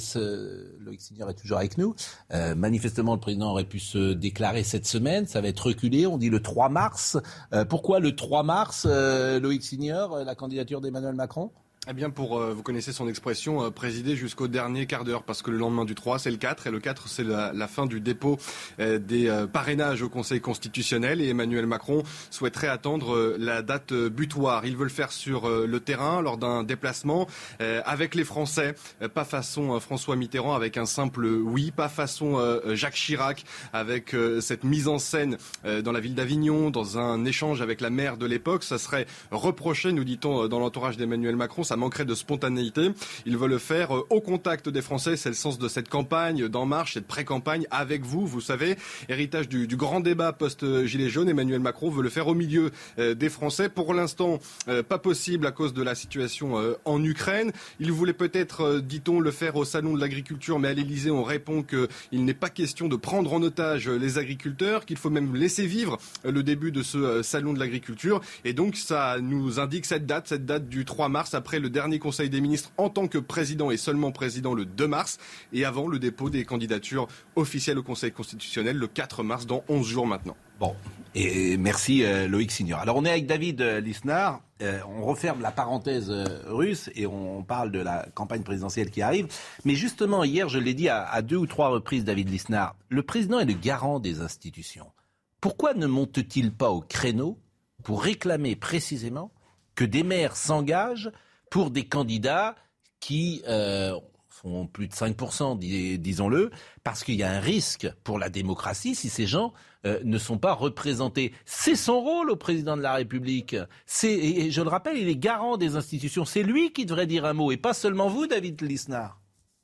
Signor est toujours avec nous. Manifestement, le président aurait pu se déclarer cette semaine. Ça va être reculé. On dit le 3 mars. Pourquoi le 3 mars, Loïc Signor, la candidature d'Emmanuel Macron ? Eh bien, vous connaissez son expression, présider jusqu'au dernier quart d'heure, parce que le lendemain du 3, c'est le 4, et le 4, c'est la fin du dépôt des parrainages au Conseil constitutionnel, et Emmanuel Macron souhaiterait attendre la date butoir. Il veut le faire sur le terrain, lors d'un déplacement, avec les Français, pas façon François Mitterrand, avec un simple oui, pas façon Jacques Chirac, avec cette mise en scène dans la ville d'Avignon, dans un échange avec la maire de l'époque. Ça serait reproché, nous dit-on, dans l'entourage d'Emmanuel Macron. Ça manquerait de spontanéité. Il veut le faire au contact des Français. C'est le sens de cette campagne d'En Marche, cette pré-campagne avec vous. Vous savez, héritage du grand débat post-Gilets jaunes. Emmanuel Macron veut le faire au milieu des Français. Pour l'instant, pas possible à cause de la situation en Ukraine. Il voulait peut-être, dit-on, le faire au Salon de l'Agriculture, mais à l'Élysée, on répond qu'il n'est pas question de prendre en otage les agriculteurs, qu'il faut même laisser vivre le début de ce Salon de l'Agriculture. Et donc, ça nous indique cette date du 3 mars, après le dernier Conseil des ministres en tant que président et seulement président le 2 mars et avant le dépôt des candidatures officielles au Conseil constitutionnel le 4 mars, dans 11 jours maintenant. Bon, et merci Loïc Signor. Alors on est avec David Lisnard, on referme la parenthèse russe et on parle de la campagne présidentielle qui arrive. Mais justement, hier, je l'ai dit à 2 ou 3 reprises, David Lisnard, le président est le garant des institutions. Pourquoi ne monte-t-il pas au créneau pour réclamer précisément que des maires s'engagent pour des candidats qui font plus de 5%, disons-le, parce qu'il y a un risque pour la démocratie si ces gens ne sont pas représentés. C'est son rôle au président de la République. Et je le rappelle, il est garant des institutions. C'est lui qui devrait dire un mot, et pas seulement vous, David Lisnard.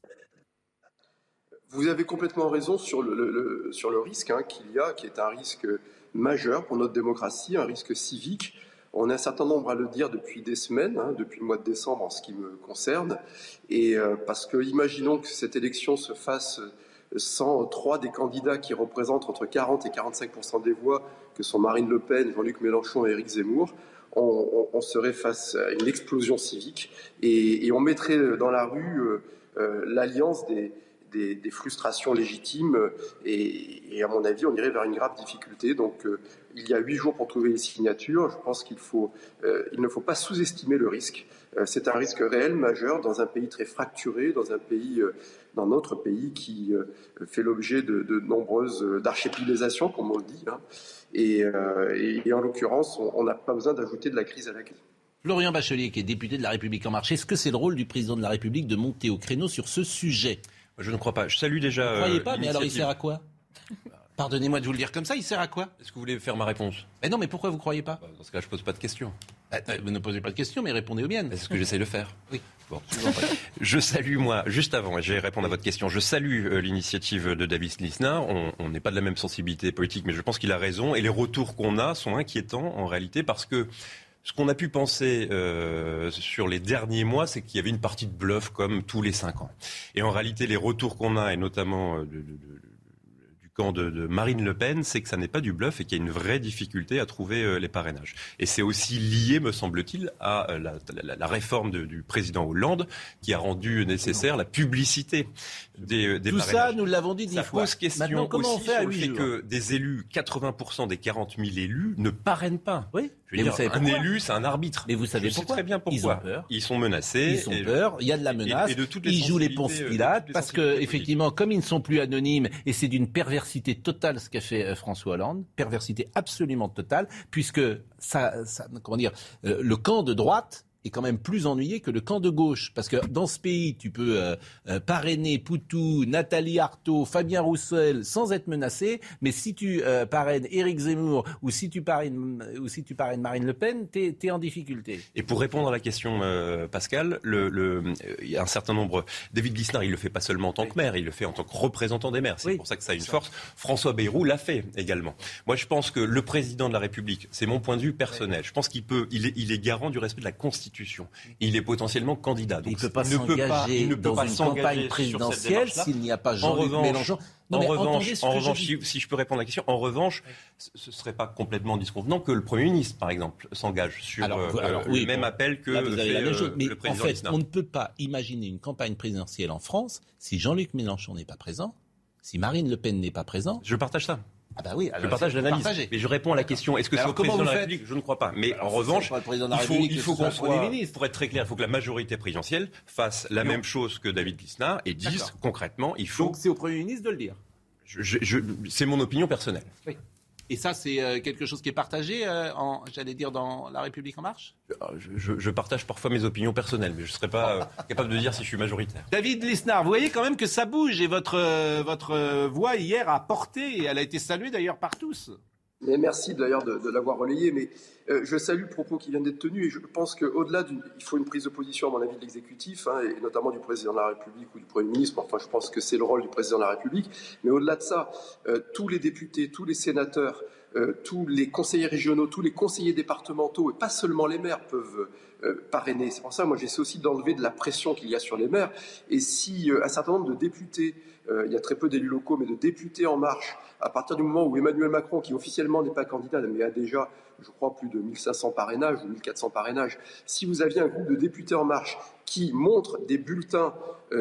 Vous avez complètement raison sur le risque qu'il y a, qui est un risque majeur pour notre démocratie, un risque civique. On a un certain nombre à le dire depuis des semaines, depuis le mois de décembre en ce qui me concerne, et parce que imaginons que cette élection se fasse sans 3 des candidats qui représentent entre 40 et 45% des voix, que sont Marine Le Pen, Jean-Luc Mélenchon et Éric Zemmour, on serait face à une explosion civique et on mettrait dans la rue l'alliance des frustrations légitimes et à mon avis, on irait vers une grave difficulté. Donc, il y a 8 jours pour trouver les signatures. Je pense il ne faut pas sous-estimer le risque. C'est un risque réel, majeur, dans un pays très fracturé, dans notre pays qui fait l'objet de nombreuses d'archipélisations, comme on le dit. Et en l'occurrence, on n'a pas besoin d'ajouter de la crise à la crise. Florian Bachelier, qui est député de La République En Marche, est-ce que c'est le rôle du président de la République de monter au créneau sur ce sujet ? Je ne crois pas. Je salue déjà. Vous ne croyez pas, mais alors il sert à quoi ? Pardonnez-moi de vous le dire comme ça, il sert à quoi ? Est-ce que vous voulez faire ma réponse ? Mais non, mais pourquoi vous ne croyez pas ? Dans ce cas, je ne pose pas de questions. Vous ne posez pas de questions, mais répondez aux miennes. C'est ce que j'essaye de faire. Oui. Bon. Je salue, moi, juste avant, et je vais répondre à votre question, je salue l'initiative de David Lisnard. On n'est pas de la même sensibilité politique, mais je pense qu'il a raison. Et les retours qu'on a sont inquiétants, en réalité, parce que ce qu'on a pu penser sur les derniers mois, c'est qu'il y avait une partie de bluff comme tous les 5 ans. Et en réalité, les retours qu'on a, et notamment du camp de Marine Le Pen, c'est que ça n'est pas du bluff et qu'il y a une vraie difficulté à trouver les parrainages. Et c'est aussi lié, me semble-t-il, à la réforme du président Hollande qui a rendu nécessaire la publicité des tout parrainages. Tout ça, nous l'avons dit 10 fois. Ça pose question. Maintenant, comment aussi on fait à sur le 8 fait jours que des élus, 80% des 40 000 élus, ne parrainent pas. Oui. Je veux dire, un élu, c'est un arbitre. Mais vous savez Je pourquoi ? sais très bien pourquoi. Ils ont peur. Ils sont menacés. Ils ont peur. Il y a de la menace. Ils jouent les Ponce Pilate parce que, effectivement, comme ils ne sont plus anonymes, et c'est d'une perversité totale ce qu'a fait François Hollande, perversité absolument totale, puisque le camp de droite est quand même plus ennuyé que le camp de gauche. Parce que dans ce pays, tu peux parrainer Poutou, Nathalie Arthaud, Fabien Roussel sans être menacé, mais si tu parraines Éric Zemmour ou si tu parraines Marine Le Pen, t'es en difficulté. Et pour répondre à la question, Pascal, il y a un certain nombre... David Lisnard, il ne le fait pas seulement en tant que maire, il le fait en tant que représentant des maires. C'est pour ça que ça a une force. François Bayrou l'a fait également. Moi, je pense que le président de la République, c'est mon point de vue personnel, je pense il est garant du respect de la Constitution. Il est potentiellement candidat. Donc il ne peut pas s'engager dans une campagne présidentielle s'il n'y a pas Jean-Luc Mélenchon. En revanche, si je peux répondre à la question, en revanche, ce ne serait pas complètement disconvenant que le Premier ministre, par exemple, s'engage sur le même appel que le président Lisnard. On ne peut pas imaginer une campagne présidentielle en France si Jean-Luc Mélenchon n'est pas présent, si Marine Le Pen n'est pas présente. Je partage ça. Ah bah oui, je partage l'analyse. Mais je réponds à la question, est-ce que c'est le président de la République ? Je ne crois pas. Mais en revanche, il faut qu'on soit, pour être très clair, il faut que la majorité présidentielle fasse la même chose que David Lisnard et dise concrètement, il faut... Donc c'est au Premier ministre de le dire. C'est mon opinion personnelle. Oui. Et ça, c'est quelque chose qui est partagé, dans La République En Marche ? Je partage parfois mes opinions personnelles, mais je ne serais pas capable de dire si je suis majoritaire. David Lisnard, vous voyez quand même que ça bouge et votre voix hier a porté et elle a été saluée d'ailleurs par tous. Mais merci d'ailleurs de l'avoir relayé, mais je salue le propos qui vient d'être tenu et je pense qu'au-delà il faut une prise de position à mon avis de l'exécutif, et notamment du président de la République ou du Premier ministre, enfin je pense que c'est le rôle du président de la République, mais au-delà de ça, tous les députés, tous les sénateurs, tous les conseillers régionaux, tous les conseillers départementaux, et pas seulement les maires peuvent parrainer. C'est pour ça, moi j'essaie aussi d'enlever de la pression qu'il y a sur les maires, et si un certain nombre de députés, il y a très peu d'élus locaux, mais de députés En Marche, à partir du moment où Emmanuel Macron, qui officiellement n'est pas candidat, mais a déjà, je crois, plus de 1500 parrainages ou 1400 parrainages, si vous aviez un groupe de députés En Marche qui montre des bulletins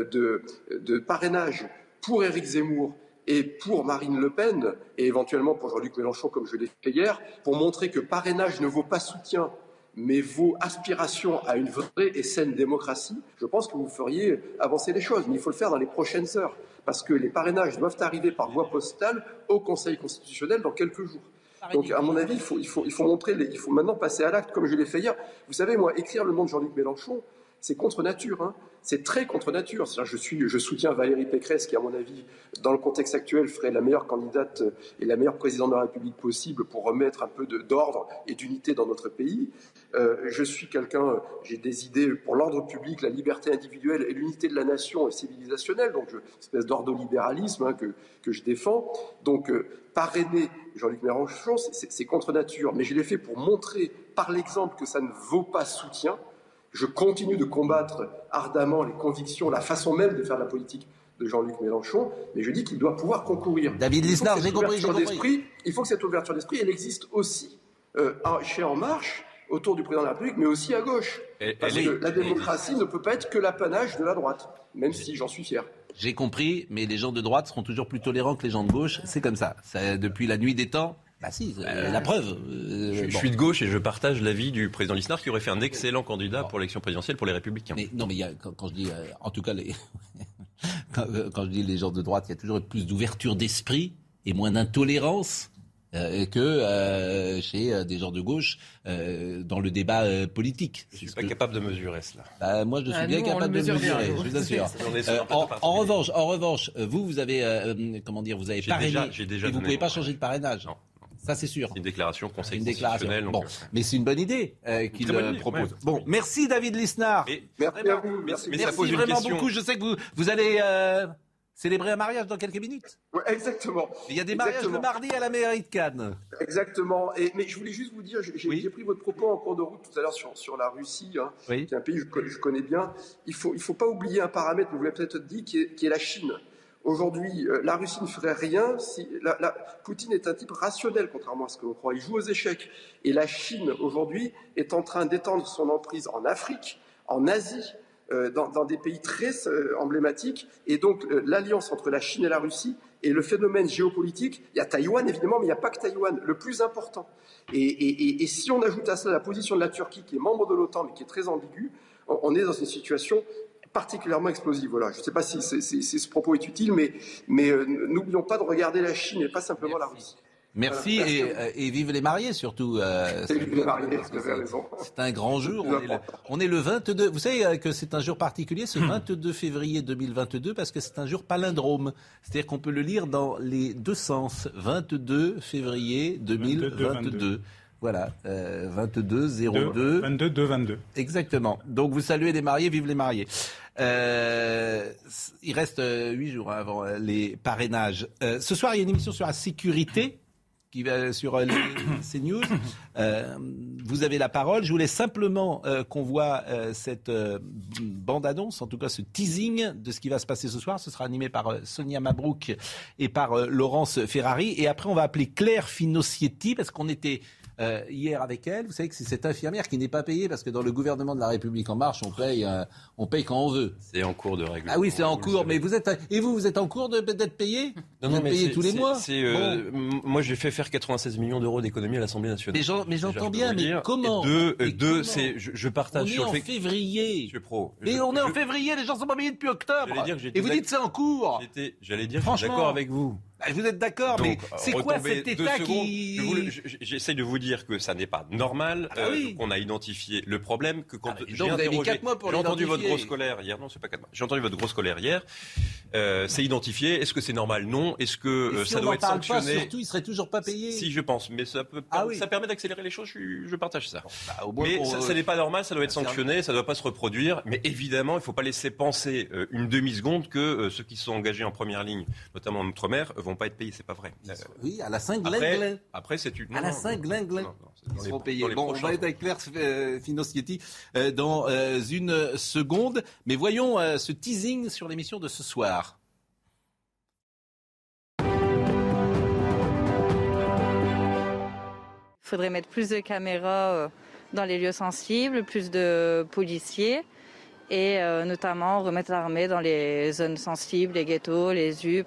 de parrainage pour Éric Zemmour et pour Marine Le Pen, et éventuellement pour Jean-Luc Mélenchon, comme je l'ai fait hier, pour montrer que parrainage ne vaut pas soutien, mais vaut aspiration à une vraie et saine démocratie, je pense que vous feriez avancer les choses. Mais il faut le faire dans les prochaines heures, parce que les parrainages doivent arriver par voie postale au Conseil constitutionnel dans quelques jours. Donc, à mon avis, il faut maintenant passer à l'acte, comme je l'ai fait hier. Vous savez, moi, écrire le nom de Jean-Luc Mélenchon, c'est contre nature, C'est très contre nature. Je soutiens Valérie Pécresse, qui, à mon avis, dans le contexte actuel, ferait la meilleure candidate et la meilleure présidente de la République possible pour remettre un peu d'ordre et d'unité dans notre pays. Je suis quelqu'un, j'ai des idées pour l'ordre public, la liberté individuelle et l'unité de la nation civilisationnelle, donc une espèce d'ordolibéralisme que je défends. Donc, parrainer Jean-Luc Mélenchon, c'est contre nature. Mais je l'ai fait pour montrer par l'exemple que ça ne vaut pas soutien. Je continue de combattre ardemment les convictions, la façon même de faire la politique de Jean-Luc Mélenchon, mais je dis qu'il doit pouvoir concourir. David Lisnard, j'ai compris. Il faut que cette ouverture d'esprit, elle existe aussi chez En Marche, autour du président de la République, mais aussi à gauche. Parce que la démocratie ne peut pas être que l'apanage de la droite, même si j'en suis fier. J'ai compris, mais les gens de droite seront toujours plus tolérants que les gens de gauche. C'est comme ça. Depuis la nuit des temps. Bah si, la preuve. Je suis de gauche et je partage l'avis du président Lisnard qui aurait fait un excellent candidat pour l'élection présidentielle pour les Républicains. Mais non, mais quand je dis, en tout cas, quand je dis les gens de droite, il y a toujours plus d'ouverture d'esprit et moins d'intolérance que chez des gens de gauche dans le débat politique. Je suis pas capable de mesurer cela. Bah, moi, je suis bien capable de le mesurer, je vous assure. En revanche, vous avez vous avez parrainé et vous pouvez pas changer de parrainage. Non. Ça, c'est sûr. C'est une déclaration Conseil constitutionnel. Bon, mais c'est une bonne idée qu'il propose. Ouais. Bon, merci David Lisnard. Merci à vous. Merci ça pose vraiment une question. Beaucoup. Je sais que vous allez célébrer un mariage dans quelques minutes. Oui, exactement. Il y a des mariages le mardi à la mairie de Cannes. Exactement. Mais je voulais juste vous dire, j'ai pris votre propos en cours de route tout à l'heure sur la Russie, qui est un pays que je connais bien. Il faut pas oublier un paramètre, vous l'avez peut-être dit, qui est la Chine. Aujourd'hui, la Russie ne ferait rien si... Poutine est un type rationnel, contrairement à ce que l'on croit. Il joue aux échecs. Et la Chine, aujourd'hui, est en train d'étendre son emprise en Afrique, en Asie, dans des pays très emblématiques. Et donc, l'alliance entre la Chine et la Russie et le phénomène géopolitique, il y a Taïwan, évidemment, mais il n'y a pas que Taïwan. Le plus important. Et si on ajoute à cela la position de la Turquie, qui est membre de l'OTAN, mais qui est très ambiguë, on est dans une situation particulièrement explosive. Voilà. Je ne sais pas si ce propos est utile, mais n'oublions pas de regarder la Chine et pas simplement la Russie. Merci et vive les mariés surtout. Vive les mariés, vous avez raison. C'est un grand jour. On est le 22. Vous savez que c'est un jour particulier, ce 22 février 2022, parce que c'est un jour palindrome. C'est-à-dire qu'on peut le lire dans les deux sens. 22 février 2022. Voilà, 22 02 22 2 22. Exactement. Donc vous saluez les mariés, vive les mariés. Il reste 8 jours avant les parrainages. Ce soir, il y a une émission sur la sécurité qui va sur CNews. Vous avez la parole. Je voulais simplement qu'on voit cette bande-annonce, en tout cas ce teasing de ce qui va se passer ce soir. Ce sera animé par Sonia Mabrouk et par Laurence Ferrari. Et après, on va appeler Claire Finocchietti parce qu'on était hier avec elle. Vous savez que c'est cette infirmière qui n'est pas payée parce que dans le gouvernement de la République En Marche, on paye quand on veut. C'est en cours de règlement. Ah oui, c'est en cours. Mais vous êtes en cours d'être payé? Vous êtes payé tous les mois. Moi, j'ai fait faire 96 millions d'euros d'économies à l'Assemblée nationale. Mais j'entends bien. Mais comment? Je partage sur le fait. On est en février. Monsieur Pro. Mais on est en février. Les gens sont pas payés depuis octobre. Et vous dites c'est en cours. J'allais dire, je suis d'accord avec vous. Vous êtes d'accord, mais c'est quoi cet État qui... J'essaye de vous dire que ça n'est pas normal, qu'on a identifié le problème, que quand j'ai entendu votre grosse colère hier, non, c'est pas 4 mois, j'ai entendu votre grosse colère hier, c'est identifié, est-ce que c'est normal? Non. Est-ce que ça doit être sanctionné? Pas, surtout, il serait toujours pas payé. Si, je pense, mais ça permet d'accélérer les choses, je partage ça. Mais ça n'est pas normal, ça doit être sanctionné, ça ne doit pas se reproduire, mais évidemment, il ne faut pas laisser penser une demi-seconde que ceux qui sont engagés en première ligne, notamment en Outre-mer, vont pas être payés, c'est pas vrai. Oui, à la Saint-Glinglin. Après, c'est une... À la Saint-Glinglin. Ils seront payés. Bon, on va être avec Claire Finocchietti dans une seconde. Mais voyons ce teasing sur l'émission de ce soir. Il faudrait mettre plus de caméras dans les lieux sensibles, plus de policiers et notamment remettre l'armée dans les zones sensibles, les ghettos, les UP.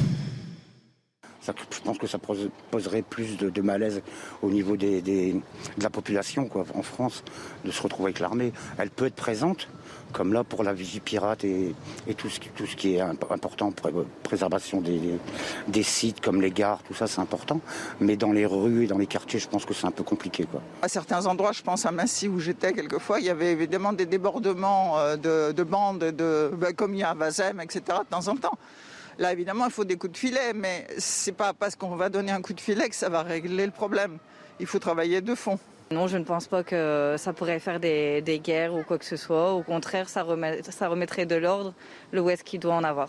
Je pense que ça poserait plus de malaise au niveau de la population en France, de se retrouver avec l'armée. Elle peut être présente, comme là pour la Vigipirate et tout ce qui est important pour la préservation des sites comme les gares, tout ça c'est important. Mais dans les rues et dans les quartiers, je pense que c'est un peu compliqué. À certains endroits, je pense à Massy où j'étais quelquefois, il y avait évidemment des débordements de bandes, comme il y a à Vazem, etc. de temps en temps. Là, évidemment, il faut des coups de filet, mais c'est pas parce qu'on va donner un coup de filet que ça va régler le problème. Il faut travailler de fond. Non, je ne pense pas que ça pourrait faire des guerres ou quoi que ce soit. Au contraire, ça remettrait de l'ordre là où est-ce qu'il doit en avoir.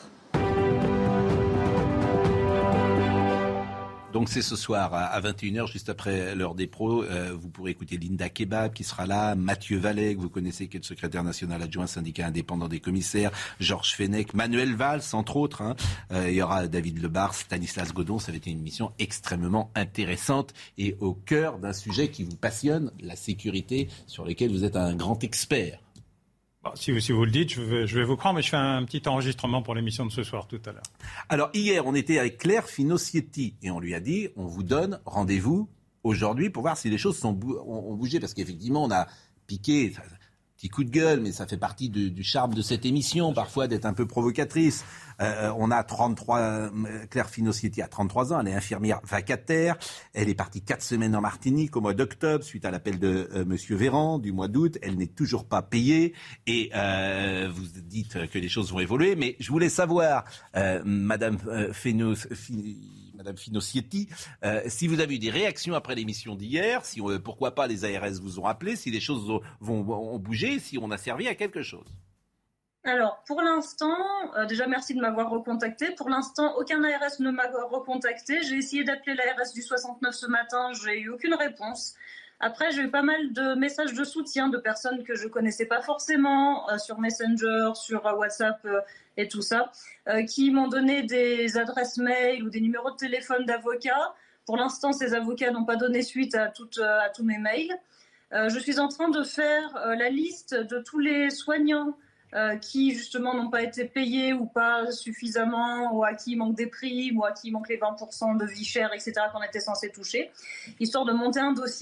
Donc c'est ce soir à 21h, juste après l'heure des pros. Vous pourrez écouter Linda Kebab qui sera là, Mathieu Vallet, que vous connaissez, qui est le secrétaire national adjoint syndicat indépendant des commissaires, Georges Fenech, Manuel Valls, entre autres. Il y aura David Lebar, Stanislas Godon. Ça va être une émission extrêmement intéressante et au cœur d'un sujet qui vous passionne, la sécurité, sur lequel vous êtes un grand expert. Bon, si vous le dites, je vais vous croire, mais je fais un petit enregistrement pour l'émission de ce soir tout à l'heure. Alors hier, on était avec Claire Finocchietti et on lui a dit, on vous donne rendez-vous aujourd'hui pour voir si les choses ont bougé, parce qu'effectivement, on a piqué... Petit coup de gueule, mais ça fait partie du charme de cette émission, parfois d'être un peu provocatrice. On a Claire Finocchietti a 33 ans, elle est infirmière vacataire. Elle est partie 4 semaines en Martinique au mois d'octobre, suite à l'appel de Monsieur Véran du mois d'août. Elle n'est toujours pas payée et vous dites que les choses vont évoluer. Mais je voulais savoir, Madame Finocchietti, si vous avez eu des réactions après l'émission d'hier, si pourquoi pas les ARS vous ont appelé, si les choses ont bougé, si on a servi à quelque chose. Alors, pour l'instant, déjà merci de m'avoir recontacté. Pour l'instant, aucun ARS ne m'a recontacté. J'ai essayé d'appeler l'ARS du 69 ce matin, j'ai eu aucune réponse. Après, j'ai eu pas mal de messages de soutien de personnes que je connaissais pas forcément, sur Messenger, sur WhatsApp et tout ça, qui m'ont donné des adresses mail ou des numéros de téléphone d'avocats. Pour l'instant, ces avocats n'ont pas donné suite à tous mes mails. Je suis en train de faire la liste de tous les soignants qui justement n'ont pas été payés ou pas suffisamment, ou à qui il manque des primes, ou à qui il manque les 20% de vie chère, etc. qu'on était censé toucher, histoire de monter un dossier.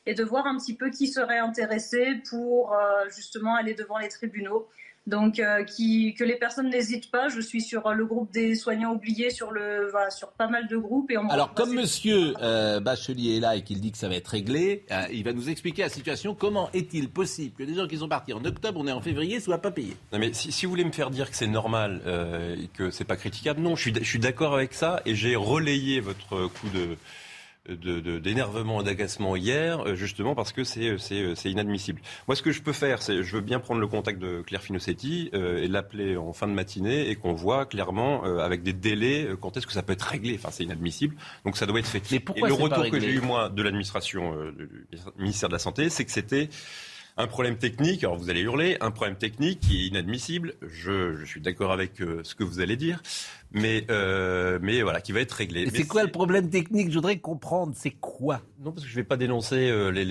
et de voir un petit peu qui serait intéressé pour justement aller devant les tribunaux. Donc, que les personnes n'hésitent pas. Je suis sur le groupe des soignants oubliés, sur pas mal de groupes. Alors, comme Monsieur Bachelier est là et qu'il dit que ça va être réglé, il va nous expliquer la situation. Comment est-il possible que des gens qui sont partis en octobre, on est en février, ne soient pas payés ? Non, mais si vous voulez me faire dire que c'est normal et que c'est pas critiquable, non, je suis d'accord avec ça et j'ai relayé votre coup d'énervement et d'agacement hier, justement parce que c'est inadmissible. Moi, ce que je peux faire, c'est je veux bien prendre le contact de Claire Finosetti et l'appeler en fin de matinée et qu'on voit clairement avec des délais quand est-ce que ça peut être réglé. Enfin, c'est inadmissible, donc ça doit être fait. Mais pourquoi et le c'est retour pas que réglé ? j'ai eu moi de l'administration du ministère de la Santé, c'est que c'était un problème technique, alors vous allez hurler, un problème technique qui est inadmissible, je suis d'accord avec ce que vous allez dire, mais voilà, qui va être réglé. Et c'est quoi le problème technique ? Je voudrais comprendre, c'est quoi ? Non, parce que je ne vais pas dénoncer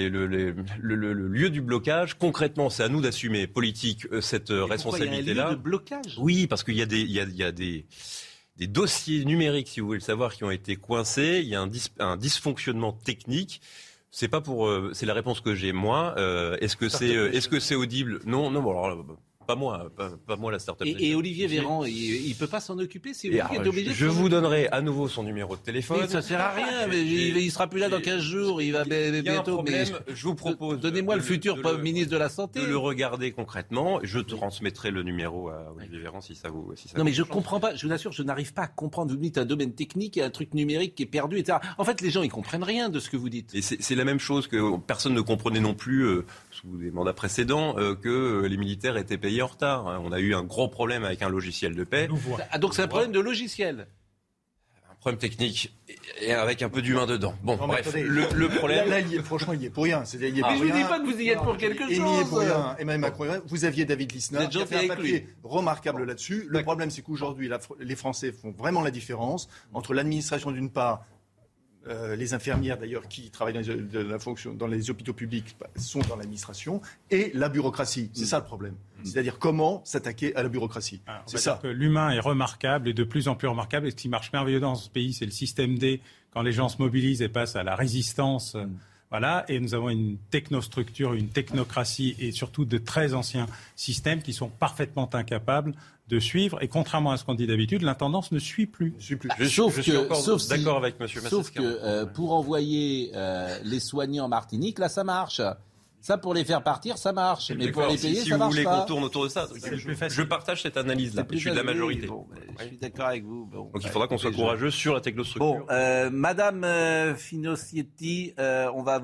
le lieu du blocage. Concrètement, c'est à nous d'assumer politique cette responsabilité-là. Il y a un lieu de blocage ? Oui, parce qu'il y a des dossiers numériques, si vous voulez le savoir, qui ont été coincés, il y a un dysfonctionnement technique. C'est pas pour, c'est la réponse que j'ai moi. Est-ce que c'est audible ? Non. Bon, alors, pas moi la start-up. Et Olivier Véran, il peut pas s'en occuper, c'est vous qui êtes obligé. Je vous donnerai à nouveau son numéro de téléphone. Mais ça sert à rien. Mais il sera plus là dans 15 jours. Il va bientôt. Mais je vous propose. Donnez-moi le futur ministre de la Santé. De le regarder concrètement. Je transmettrai le numéro à Olivier Véran si ça vous. Non, mais je comprends pas. Je vous assure, je n'arrive pas à comprendre. Vous dites un domaine technique et un truc numérique qui est perdu, etc. En fait, les gens ils comprennent rien de ce que vous dites. Et c'est la même chose que personne ne comprenait non plus sous les mandats précédents que les militaires étaient payés en retard. On a eu un gros problème avec un logiciel de paie. Ah, donc c'est un problème de logiciel. Un problème technique et avec un peu d'humain dedans. Bon, non, bref, attendez, le problème... Là, franchement, il y est pour rien. Mais je ne dis pas que vous y êtes pour quelque chose. Il y est pour rien. Emmanuel Macron, vous aviez David Lisnard qui a fait un papier remarquable là-dessus. Le problème, c'est qu'aujourd'hui, les Français font vraiment la différence entre l'administration d'une part, les infirmières d'ailleurs qui travaillent dans les hôpitaux publics sont dans l'administration, et la bureaucratie. C'est ça le problème. C'est-à-dire comment s'attaquer à la bureaucratie. C'est ça. Que l'humain est remarquable et de plus en plus remarquable. Et ce qui marche merveilleux dans ce pays, c'est le système D. Quand les gens se mobilisent et passent à la résistance, voilà. Et nous avons une technostructure, une technocratie et surtout de très anciens systèmes qui sont parfaitement incapables de suivre. Et contrairement à ce qu'on dit d'habitude, l'intendance ne suit plus. Je suis encore d'accord avec M. Massescaron. Sauf que pour envoyer les soignants en Martinique, là, ça marche. Ça, pour les faire partir, ça marche. Mais pour les payer, ça marche pas. Si vous voulez qu'on tourne autour de ça, je partage cette analyse-là. Je suis de la majorité. Je suis d'accord avec vous. Donc il faudra qu'on soit courageux sur la technostructure. Bon, Madame Finosetti, on va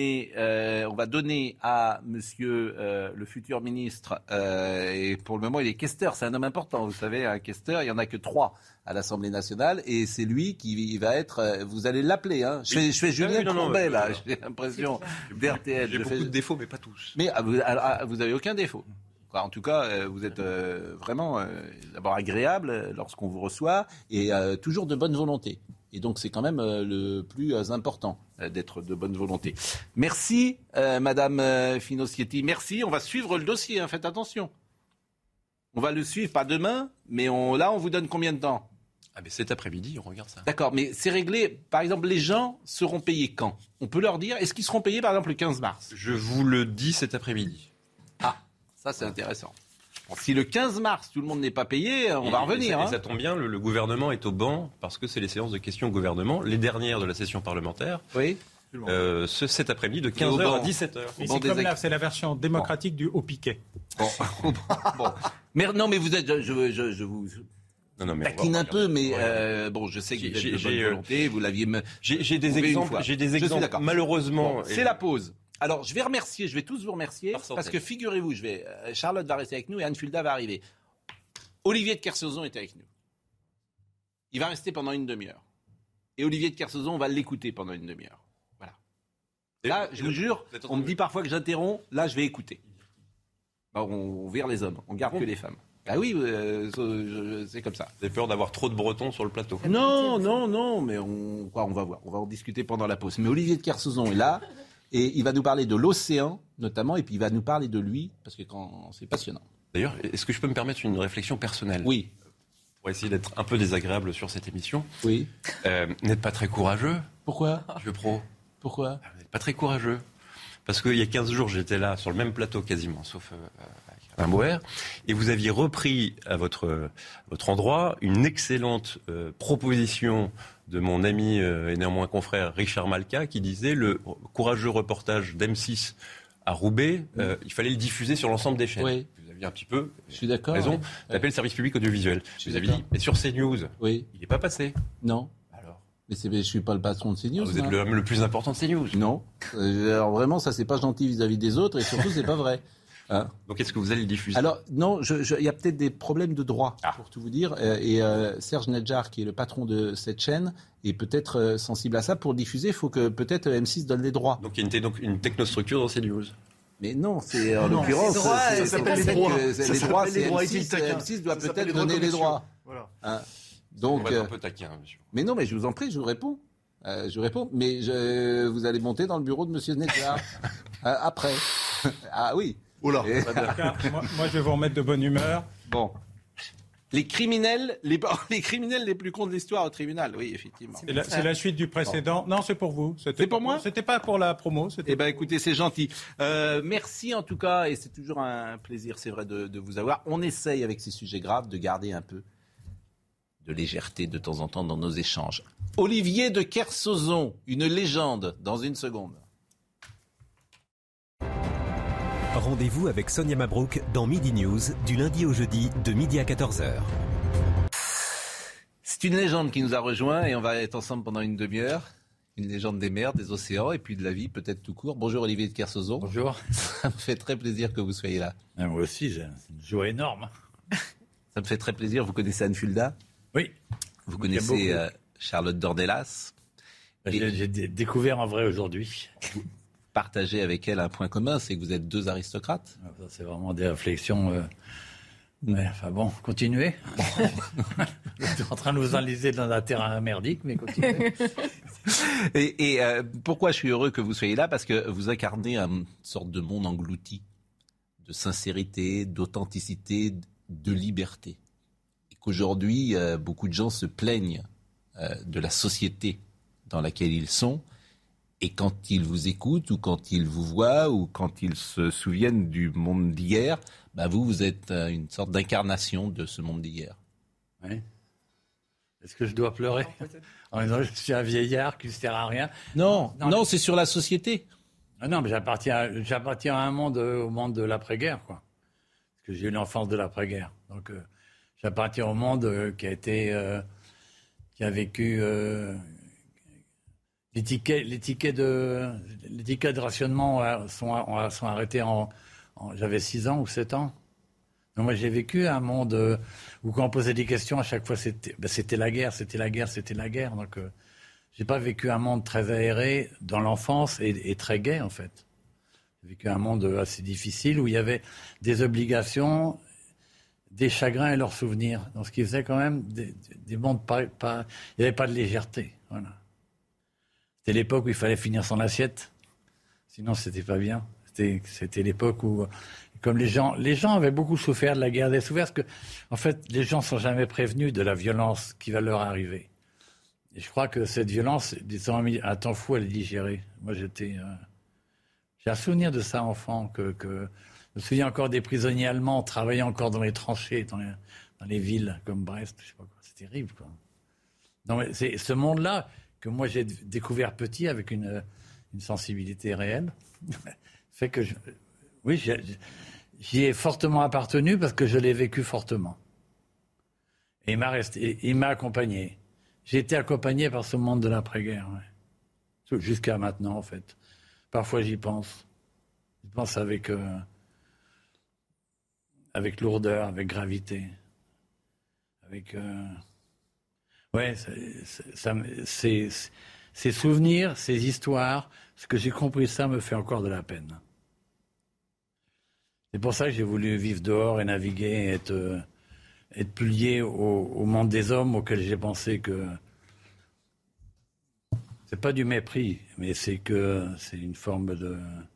donner à Monsieur le futur ministre, et pour le moment il est questeur, c'est un homme important, vous savez, un questeur, il n'y en a que 3 à l'Assemblée nationale, et c'est lui qui va être, vous allez l'appeler, hein. Je fais Julien Courbet, là, j'ai l'impression, d'RTL. J'ai beaucoup de défauts, mais pas tous. Mais vous n'avez aucun défaut. En tout cas, vous êtes vraiment d'abord agréable lorsqu'on vous reçoit et toujours de bonne volonté. Et donc, c'est quand même le plus important d'être de bonne volonté. Merci, Madame Finosetti. Merci. On va suivre le dossier. Hein, faites attention. On va le suivre, pas demain, mais là, on vous donne combien de temps ? Ah, mais cet après-midi, on regarde ça. D'accord, mais c'est réglé. Par exemple, les gens seront payés quand ? On peut leur dire, est-ce qu'ils seront payés, par exemple, le 15 mars ? Je vous le dis cet après-midi. Ah, ça, c'est intéressant. Bon, si le 15 mars, tout le monde n'est pas payé, on va revenir. Et ça tombe bien, le gouvernement est au banc parce que c'est les séances de questions au gouvernement, les dernières de la session parlementaire. Oui. Cet après-midi de 15h à 17h. Et c'est comme là, c'est la version démocratique du haut piquet. Bon. Mais non, mais vous êtes, je vous taquine un peu, mais bon, je sais que vous êtes de bonne volonté, vous l'aviez. J'ai des exemples. Malheureusement, bon, c'est la pause. Alors, je vais tous vous remercier, parce que figurez-vous, Charlotte va rester avec nous et Anne Fulda va arriver. Olivier de Kersauzon est avec nous. Il va rester pendant une demi-heure. Et Olivier de Kersauzon, on va l'écouter pendant une demi-heure. Voilà. Là, je vous jure, on me dit parfois que j'interromps, là, je vais écouter. On vire les hommes, on garde que les femmes. Ah oui, c'est comme ça. Vous avez peur d'avoir trop de Bretons sur le plateau ? Non, mais on va voir. On va en discuter pendant la pause. Mais Olivier de Kersauzon est là. Et il va nous parler de l'océan, notamment, et puis il va nous parler de lui, parce que c'est passionnant. D'ailleurs, est-ce que je peux me permettre une réflexion personnelle ? Oui. Pour essayer d'être un peu désagréable sur cette émission. Oui. N'êtes pas très courageux. Pourquoi ? Pro. Pourquoi ? Vous n'êtes pas très courageux. parce qu'il y a 15 jours, j'étais là, sur le même plateau quasiment, sauf Alain Bauer, et vous aviez repris à votre endroit une excellente proposition de mon ami et néanmoins confrère Richard Malka, qui disait le courageux reportage d'M6 à Roubaix, il fallait le diffuser sur l'ensemble des chaînes. Oui. Vous aviez un petit peu raison d'appeler le service public audiovisuel. Vous avez dit, mais sur CNews, il n'est pas passé. Non. Mais je ne suis pas le patron de CNews. Vous êtes le plus important de CNews. Non. Alors vraiment, ça, c'est pas gentil vis-à-vis des autres et surtout, c'est pas vrai. Hein. Donc est-ce que vous allez le diffuser ? Alors non, il y a peut-être des problèmes de droit, pour tout vous dire. Et Serge Nedjar, qui est le patron de cette chaîne, est peut-être sensible à ça. Pour le diffuser, il faut que peut-être M6 donne les droits. Donc il y a une technostructure dans CNews. Mais non, c'est en l'occurrence, ça s'appelle les droits. Les droits, c'est M6 doit peut-être donner les droits. Voilà. Hein. Donc, on va être un peu taquin, monsieur. Mais non, mais je vous en prie, je vous réponds. Mais vous allez monter dans le bureau de monsieur Nedjar après. Ah oui. Oula. Moi, je vais vous remettre de bonne humeur. Bon. Les criminels les plus cons de l'histoire au tribunal, oui, effectivement. C'est la suite du précédent. Non, c'est pour vous. C'est pour moi ? C'était pas pour la promo. Eh bien, écoutez, c'est gentil. Merci en tout cas, et c'est toujours un plaisir, c'est vrai, de vous avoir. On essaye, avec ces sujets graves, de garder un peu de légèreté de temps en temps dans nos échanges. Olivier de Kersauzon, une légende, dans une seconde. Rendez-vous avec Sonia Mabrouk dans Midi News, du lundi au jeudi, de midi à 14h. C'est une légende qui nous a rejoints et on va être ensemble pendant une demi-heure. Une légende des mers, des océans et puis de la vie, peut-être tout court. Bonjour Olivier de Kersauzon. Bonjour. Ça me fait très plaisir que vous soyez là. Moi aussi, c'est une joie énorme. Ça me fait très plaisir. Vous connaissez Anne Fulda ? Oui. Vous connaissez Charlotte Dornelas ? J'ai découvert en vrai aujourd'hui. Partagez avec elle un point commun, c'est que vous êtes deux aristocrates. Ça, c'est vraiment des réflexions. Mais enfin bon, continuez. Vous êtes en train de vous enliser dans un terrain merdique, mais continuez. Et pourquoi je suis heureux que vous soyez là ? Parce que vous incarnez une sorte de monde englouti, de sincérité, d'authenticité, de liberté. Et qu'aujourd'hui, beaucoup de gens se plaignent de la société dans laquelle ils sont. Et quand ils vous écoutent, ou quand ils vous voient, ou quand ils se souviennent du monde d'hier, vous êtes une sorte d'incarnation de ce monde d'hier. Oui. Est-ce que je dois pleurer en disant je suis un vieillard qui ne sert à rien ? Non, c'est sur la société. Ah non, mais j'appartiens à un monde, au monde de l'après-guerre, quoi. Parce que j'ai eu l'enfance de l'après-guerre. Donc j'appartiens au monde qui a vécu... Les tickets de rationnement sont arrêtés j'avais 6 ans ou 7 ans. Donc moi j'ai vécu un monde où quand on posait des questions à chaque fois c'était la guerre. Donc j'ai pas vécu un monde très aéré dans l'enfance et très gai en fait. J'ai vécu un monde assez difficile où il y avait des obligations, des chagrins et leurs souvenirs. Donc ce qui faisait quand même des mondes pas il n'y avait pas de légèreté. Voilà. C'était l'époque où il fallait finir son assiette, sinon c'était pas bien. C'était l'époque où, comme les gens avaient beaucoup souffert de la guerre, parce que, en fait, les gens sont jamais prévenus de la violence qui va leur arriver. Et je crois que cette violence, ils ont mis un temps fou à les digérer. Moi, j'ai un souvenir de ça, enfant, je me souviens encore des prisonniers allemands travaillant encore dans les tranchées, dans les villes comme Brest, je sais pas quoi. C'est terrible, quoi. Non, mais c'est ce monde-là que moi j'ai découvert petit avec une sensibilité réelle, fait que j'y ai fortement appartenu parce que je l'ai vécu fortement. Et il m'a accompagné. J'ai été accompagné par ce monde de l'après-guerre, ouais. Jusqu'à maintenant en fait. Parfois j'y pense. Je pense avec lourdeur, avec gravité, avec... Ouais, ces souvenirs, ces histoires, ce que j'ai compris, ça me fait encore de la peine. C'est pour ça que j'ai voulu vivre dehors et naviguer, et être plus lié au monde des hommes auquel j'ai pensé que... C'est pas du mépris, mais c'est une forme de...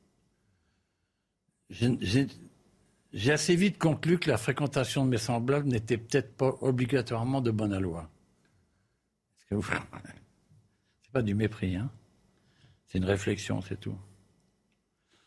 J'ai assez vite conclu que la fréquentation de mes semblables n'était peut-être pas obligatoirement de bonne aloi. C'est pas du mépris, hein. C'est une réflexion, c'est tout.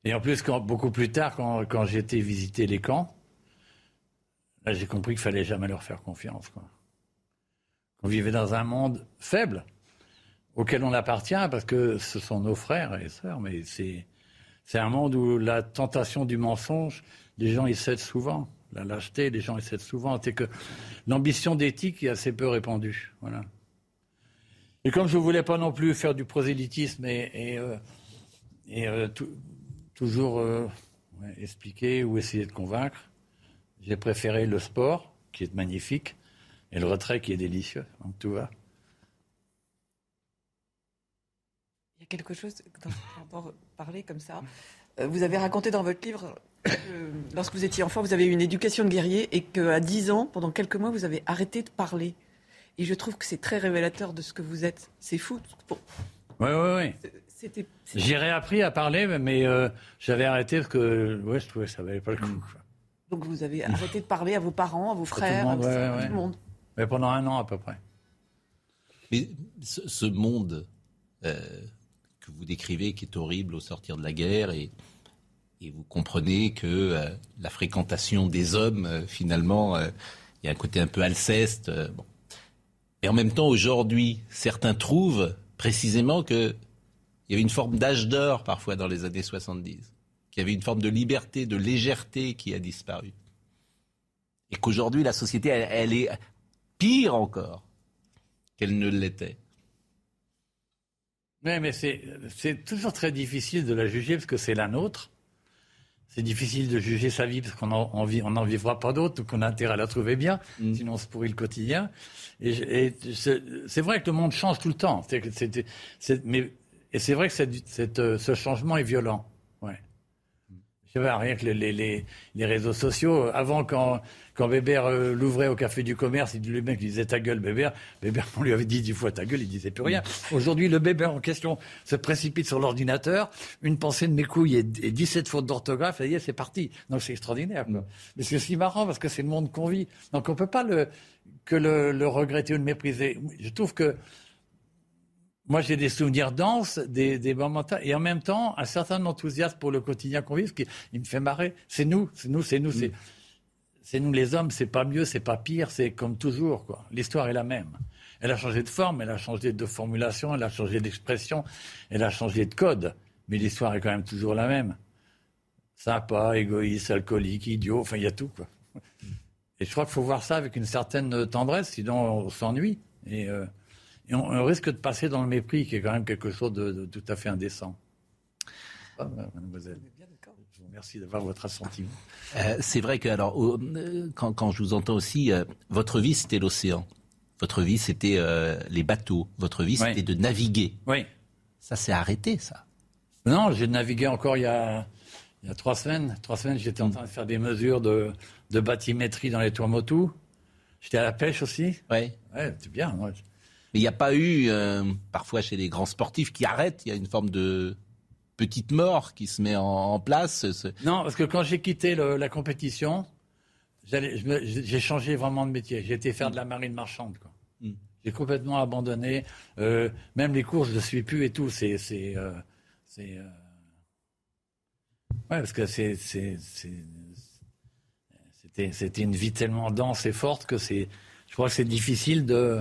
Et en plus, beaucoup plus tard, quand j'ai été visiter les camps, là, j'ai compris qu'il fallait jamais leur faire confiance, quoi. On vivait dans un monde faible, auquel on appartient, parce que ce sont nos frères et sœurs, mais c'est un monde où la tentation du mensonge, les gens y cèdent souvent. La lâcheté, les gens y cèdent souvent. C'est que l'ambition d'éthique est assez peu répandue. Voilà. Et comme je ne voulais pas non plus faire du prosélytisme et toujours expliquer ou essayer de convaincre, j'ai préféré le sport, qui est magnifique, et le retrait qui est délicieux. Donc tout va. Il y a quelque chose dont j'entends parler comme ça. Vous avez raconté dans votre livre que lorsque vous étiez enfant, vous avez eu une éducation de guerrier et qu'à 10 ans, pendant quelques mois, vous avez arrêté de parler. Et je trouve que c'est très révélateur de ce que vous êtes. C'est fou. Oui. J'ai réappris à parler, mais j'avais arrêté parce que je trouvais que ça valait pas le coup. Donc vous avez arrêté de parler à vos parents, à vos frères, à tout le monde. Mais pendant 1 an à peu près. Mais ce monde que vous décrivez, qui est horrible au sortir de la guerre, et vous comprenez que la fréquentation des hommes, finalement, il y a un côté un peu alceste. Bon. Et en même temps, aujourd'hui, certains trouvent précisément qu'il y avait une forme d'âge d'or parfois dans les années 70, qu'il y avait une forme de liberté, de légèreté qui a disparu. Et qu'aujourd'hui, la société, elle est pire encore qu'elle ne l'était. Oui, mais c'est toujours très difficile de la juger parce que c'est la nôtre. C'est difficile de juger sa vie parce qu'on n'en vivra pas d'autres, donc on a intérêt à la trouver bien, sinon on se pourrit le quotidien. Et c'est vrai que le monde change tout le temps. Et c'est vrai que ce changement est violent. Ouais. Je sais pas, rien que les réseaux sociaux. Avant, quand Bébert l'ouvrait au Café du Commerce, le mec disait ta gueule, Bébert. Bébert, on lui avait dit 10 fois ta gueule, il disait plus rien. Aujourd'hui, le Bébert en question se précipite sur l'ordinateur. Une pensée de mes couilles et 17 fautes d'orthographe, ça y est, c'est parti. Donc c'est extraordinaire, quoi. Mais c'est aussi marrant parce que c'est le monde qu'on vit. Donc on peut pas le regretter ou le mépriser. Je trouve que moi, j'ai des souvenirs denses, des moments, et en même temps, un certain enthousiasme pour le quotidien qu'on vit, ce qui me fait marrer. C'est nous, c'est nous les hommes, c'est pas mieux, c'est pas pire, c'est comme toujours, quoi. L'histoire est la même. Elle a changé de forme, elle a changé de formulation, elle a changé d'expression, elle a changé de code, mais l'histoire est quand même toujours la même. Sympa, égoïste, alcoolique, idiot, enfin, il y a tout, quoi. Et je crois qu'il faut voir ça avec une certaine tendresse, sinon on s'ennuie. Et on risque de passer dans le mépris, qui est quand même quelque chose de tout à fait indécent. Mademoiselle, je vous remercie d'avoir votre assentiment. C'est vrai que, alors, quand je vous entends aussi, votre vie, c'était l'océan. Votre vie, c'était les bateaux. Votre vie, c'était de naviguer. Oui. Ça s'est arrêté, ça. Non, j'ai navigué encore il y a 3 semaines. 3 semaines, j'étais en train de faire des mesures de bathymétrie dans les Tuamotu. J'étais à la pêche aussi. Oui. Ouais, c'est bien. Ouais. Mais il n'y a pas eu, parfois chez les grands sportifs qui arrêtent, il y a une forme de petite mort qui se met en place. Non, parce que quand j'ai quitté la compétition, j'ai changé vraiment de métier. J'ai été faire de la marine marchande, quoi. J'ai complètement abandonné. Même les courses, je ne suis plus et tout. Ouais, parce que c'était une vie tellement dense et forte que je crois que c'est difficile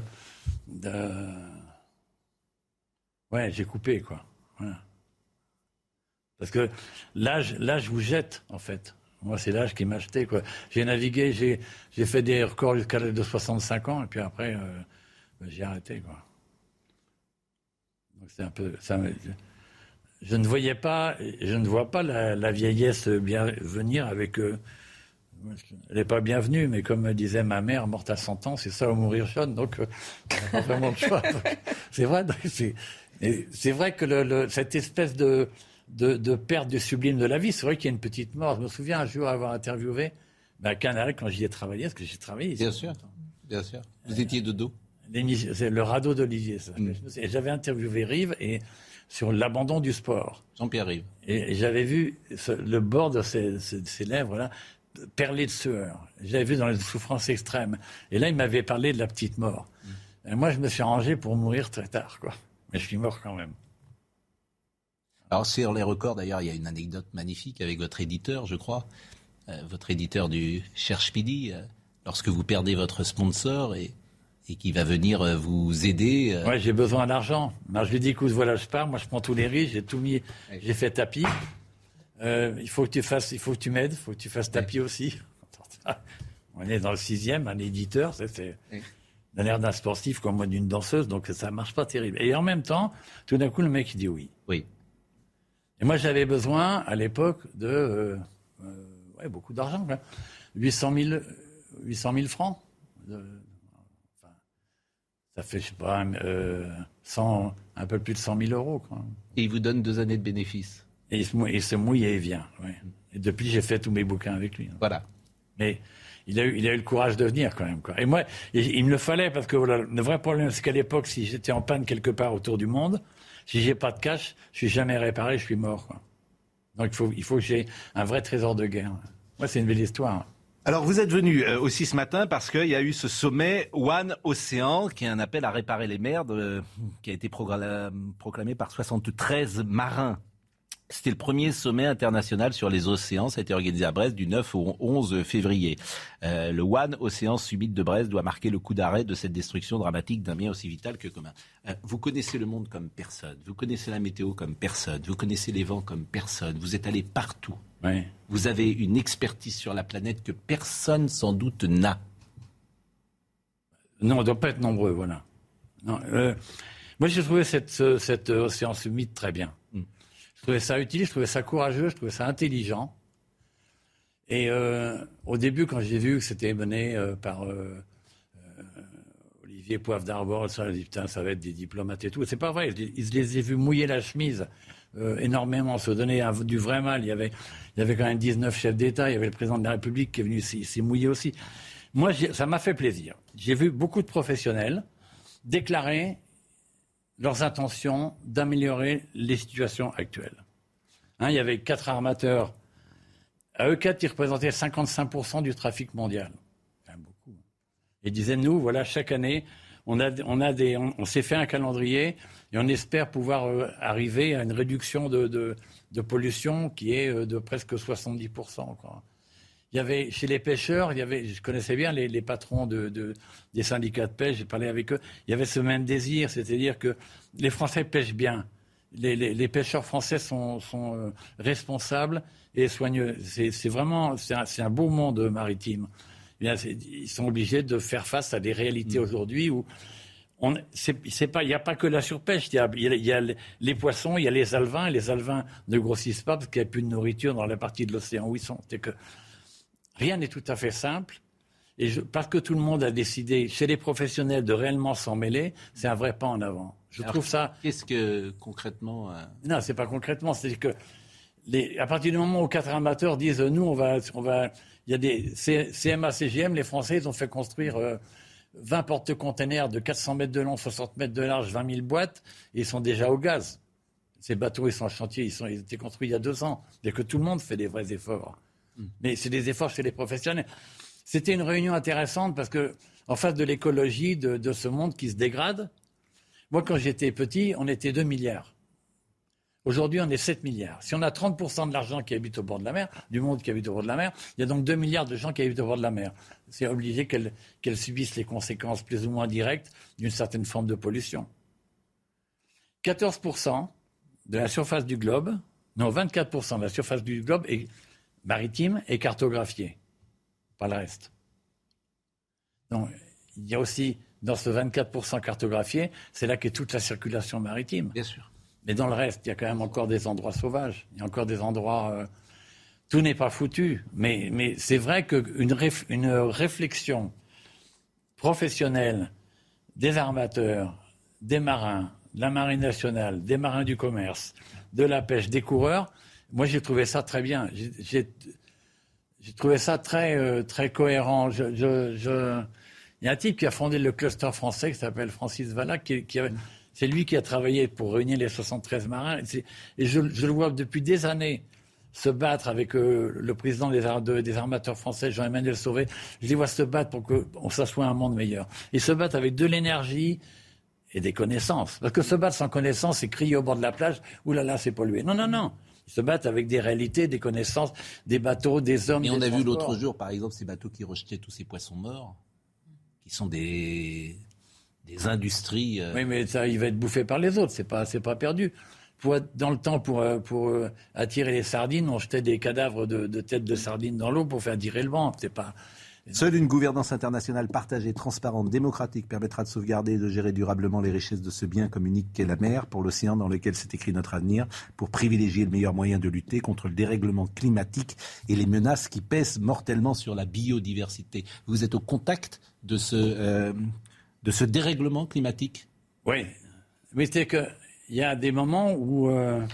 Ouais, j'ai coupé, quoi. Voilà. Parce que l'âge vous jette, en fait. Moi, c'est l'âge qui m'a jeté, quoi. J'ai navigué, j'ai fait des records jusqu'à l'âge de 65 ans, et puis après, j'ai arrêté, quoi. Donc c'est un peu... Je ne vois pas la vieillesse bien venir avec... Elle n'est pas bienvenue, mais comme disait ma mère, morte à 100 ans, c'est ça ou mourir jeune, donc on n'a pas vraiment le choix. C'est vrai, c'est vrai que cette espèce de perte du sublime de la vie, c'est vrai qu'il y a une petite mort. Je me souviens un jour avoir interviewé à Canal, quand j'y ai travaillé, parce que j'ai travaillé ici. Bien sûr. Vous étiez de dos. C'est le radeau d'Olivier, ça. Et j'avais interviewé Rive sur l'abandon du sport. Jean-Pierre Rive. Et j'avais vu le bord de ses lèvres-là perlé de sueur. J'avais vu dans les souffrances extrêmes. Et là, il m'avait parlé de la petite mort. Et moi, je me suis arrangé pour mourir très tard, quoi. Mais je suis mort quand même. Alors sur les records, d'ailleurs, il y a une anecdote magnifique avec votre éditeur, je crois, votre éditeur du Cherche Midi, lorsque vous perdez votre sponsor et qui va venir vous aider. Ouais, j'ai besoin d'argent. Alors, je lui dis, écoute, voilà, je pars, moi je prends tous les risques, j'ai tout mis, j'ai fait tapis. Il faut que tu m'aides, il faut que tu fasses tapis aussi. On est dans le 6e, un éditeur, c'est dans l'air d'un sportif comme moi d'une danseuse, donc ça marche pas terrible. Et en même temps, tout d'un coup, le mec il dit oui. Oui. Et moi, j'avais besoin à l'époque de beaucoup d'argent, 800 000 francs. Ça fait, je sais pas, un peu plus de 100 000 euros. Quoi. Et il vous donne 2 années de bénéfices. Et il se mouille et il vient. Ouais. Et depuis, j'ai fait tous mes bouquins avec lui. Voilà. Mais il a eu le courage de venir quand même. Quoi. Et moi, il me le fallait parce que voilà, le vrai problème, c'est qu'à l'époque, si j'étais en panne quelque part autour du monde, si j'ai pas de cash, je suis jamais réparé, je suis mort. Quoi. Donc il faut que j'ai un vrai trésor de guerre. Moi, c'est une belle histoire. Alors vous êtes venu aussi ce matin parce qu'il y a eu ce sommet One Océan, qui est un appel à réparer les merdes, qui a été proclamé par 73 marins. C'était le premier sommet international sur les océans. Ça a été organisé à Brest du 9 au 11 février. Le One Océan Summit de Brest doit marquer le coup d'arrêt de cette destruction dramatique d'un bien aussi vital que commun. Vous connaissez le monde comme personne. Vous connaissez la météo comme personne. Vous connaissez les vents comme personne. Vous êtes allé partout. Oui. Vous avez une expertise sur la planète que personne sans doute n'a. Non, on ne doit pas être nombreux, voilà. Non, moi, j'ai trouvé cet Océan Summit très bien. Je trouvais ça utile, je trouvais ça courageux, je trouvais ça intelligent. Et au début, quand j'ai vu que c'était mené par Olivier Poivre d'Arvor, ça, j'ai dit, putain, ça va être des diplomates et tout. C'est pas vrai, je les ai vus mouiller la chemise énormément, se donner du vrai mal. Il y avait quand même 19 chefs d'État, il y avait le président de la République qui est venu s'y mouiller aussi. Moi, ça m'a fait plaisir. J'ai vu beaucoup de professionnels déclarer leurs intentions d'améliorer les situations actuelles. Il y avait 4 armateurs. À eux 4, ils représentaient 55% du trafic mondial. C'est quand même beaucoup. Ils disaient, nous, voilà, chaque année, on s'est fait un calendrier et on espère pouvoir arriver à une réduction de pollution qui est de presque 70%. Quoi. Il y avait, chez les pêcheurs, je connaissais bien les patrons des syndicats de pêche, j'ai parlé avec eux, il y avait ce même désir, c'est-à-dire que les Français pêchent bien. Les pêcheurs français sont responsables et soigneux. C'est vraiment un beau monde maritime. Ils sont obligés de faire face à des réalités aujourd'hui où il n'y a pas que la surpêche. Il y a les poissons, il y a les alevins. Les alevins ne grossissent pas parce qu'il n'y a plus de nourriture dans la partie de l'océan où ils sont. C'est que rien n'est tout à fait simple. Et parce que tout le monde a décidé, chez les professionnels, de réellement s'en mêler, c'est un vrai pas en avant. Alors, trouve ça. Qu'est-ce que concrètement Non, c'est pas concrètement. C'est que à partir du moment où 4 amateurs disent, nous, on va, il y a des CMA, CGM, les Français, ils ont fait construire 20 porte-containers de 400 mètres de long, 60 mètres de large, 20 000 boîtes, et ils sont déjà au gaz. Ces bateaux, ils sont en chantier, ils étaient construits il y a 2 ans. Dès que tout le monde fait des vrais efforts. Mais c'est des efforts chez les professionnels. C'était une réunion intéressante parce que, en face de l'écologie de ce monde qui se dégrade, moi, quand j'étais petit, on était 2 milliards. Aujourd'hui, on est 7 milliards. Si on a 30% de l'argent qui habite au bord de la mer, du monde qui habite au bord de la mer, il y a donc 2 milliards de gens qui habitent au bord de la mer. C'est obligé qu'elles subissent les conséquences plus ou moins directes d'une certaine forme de pollution. 14% de la surface du globe, 24% de la surface du globe maritime est cartographiée. Pas le reste. Donc, il y a aussi, dans ce 24% cartographié, c'est là qu'est toute la circulation maritime. Bien sûr. Mais dans le reste, il y a quand même encore des endroits sauvages. Il y a encore des endroits... tout n'est pas foutu. Mais c'est vrai qu'une réflexion professionnelle des armateurs, des marins, de la marine nationale, des marins du commerce, de la pêche, des coureurs, moi j'ai trouvé ça très bien. J'ai trouvé ça très, très cohérent. Il y a un type qui a fondé le cluster français qui s'appelle Francis Valla, c'est lui qui a travaillé pour réunir les 73 marins. Et je le vois depuis des années se battre avec le président des armateurs français, Jean-Emmanuel Sauvé. Je les vois se battre pour que ça soit un monde meilleur. Ils se battent avec de l'énergie, et des connaissances. Parce que se battre sans connaissances, c'est crier au bord de la plage, oulala, c'est pollué. Non. Ils se battent avec des réalités, des connaissances, des bateaux, des hommes. Et on a vu l'autre jour, par exemple, ces bateaux qui rejetaient tous ces poissons morts, qui sont des industries. Oui, mais ça, il va être bouffé par les autres. C'est pas perdu. Dans le temps, pour attirer les sardines, on jetait des cadavres de têtes de sardines dans l'eau pour faire tirer le vent. C'est pas. Seule une gouvernance internationale partagée, transparente, démocratique permettra de sauvegarder et de gérer durablement les richesses de ce bien comme unique qu'est la mer, pour l'océan dans lequel s'est écrit notre avenir, pour privilégier le meilleur moyen de lutter contre le dérèglement climatique et les menaces qui pèsent mortellement sur la biodiversité. Vous êtes au contact de ce dérèglement climatique ? Oui, mais c'est qu'il y a des moments où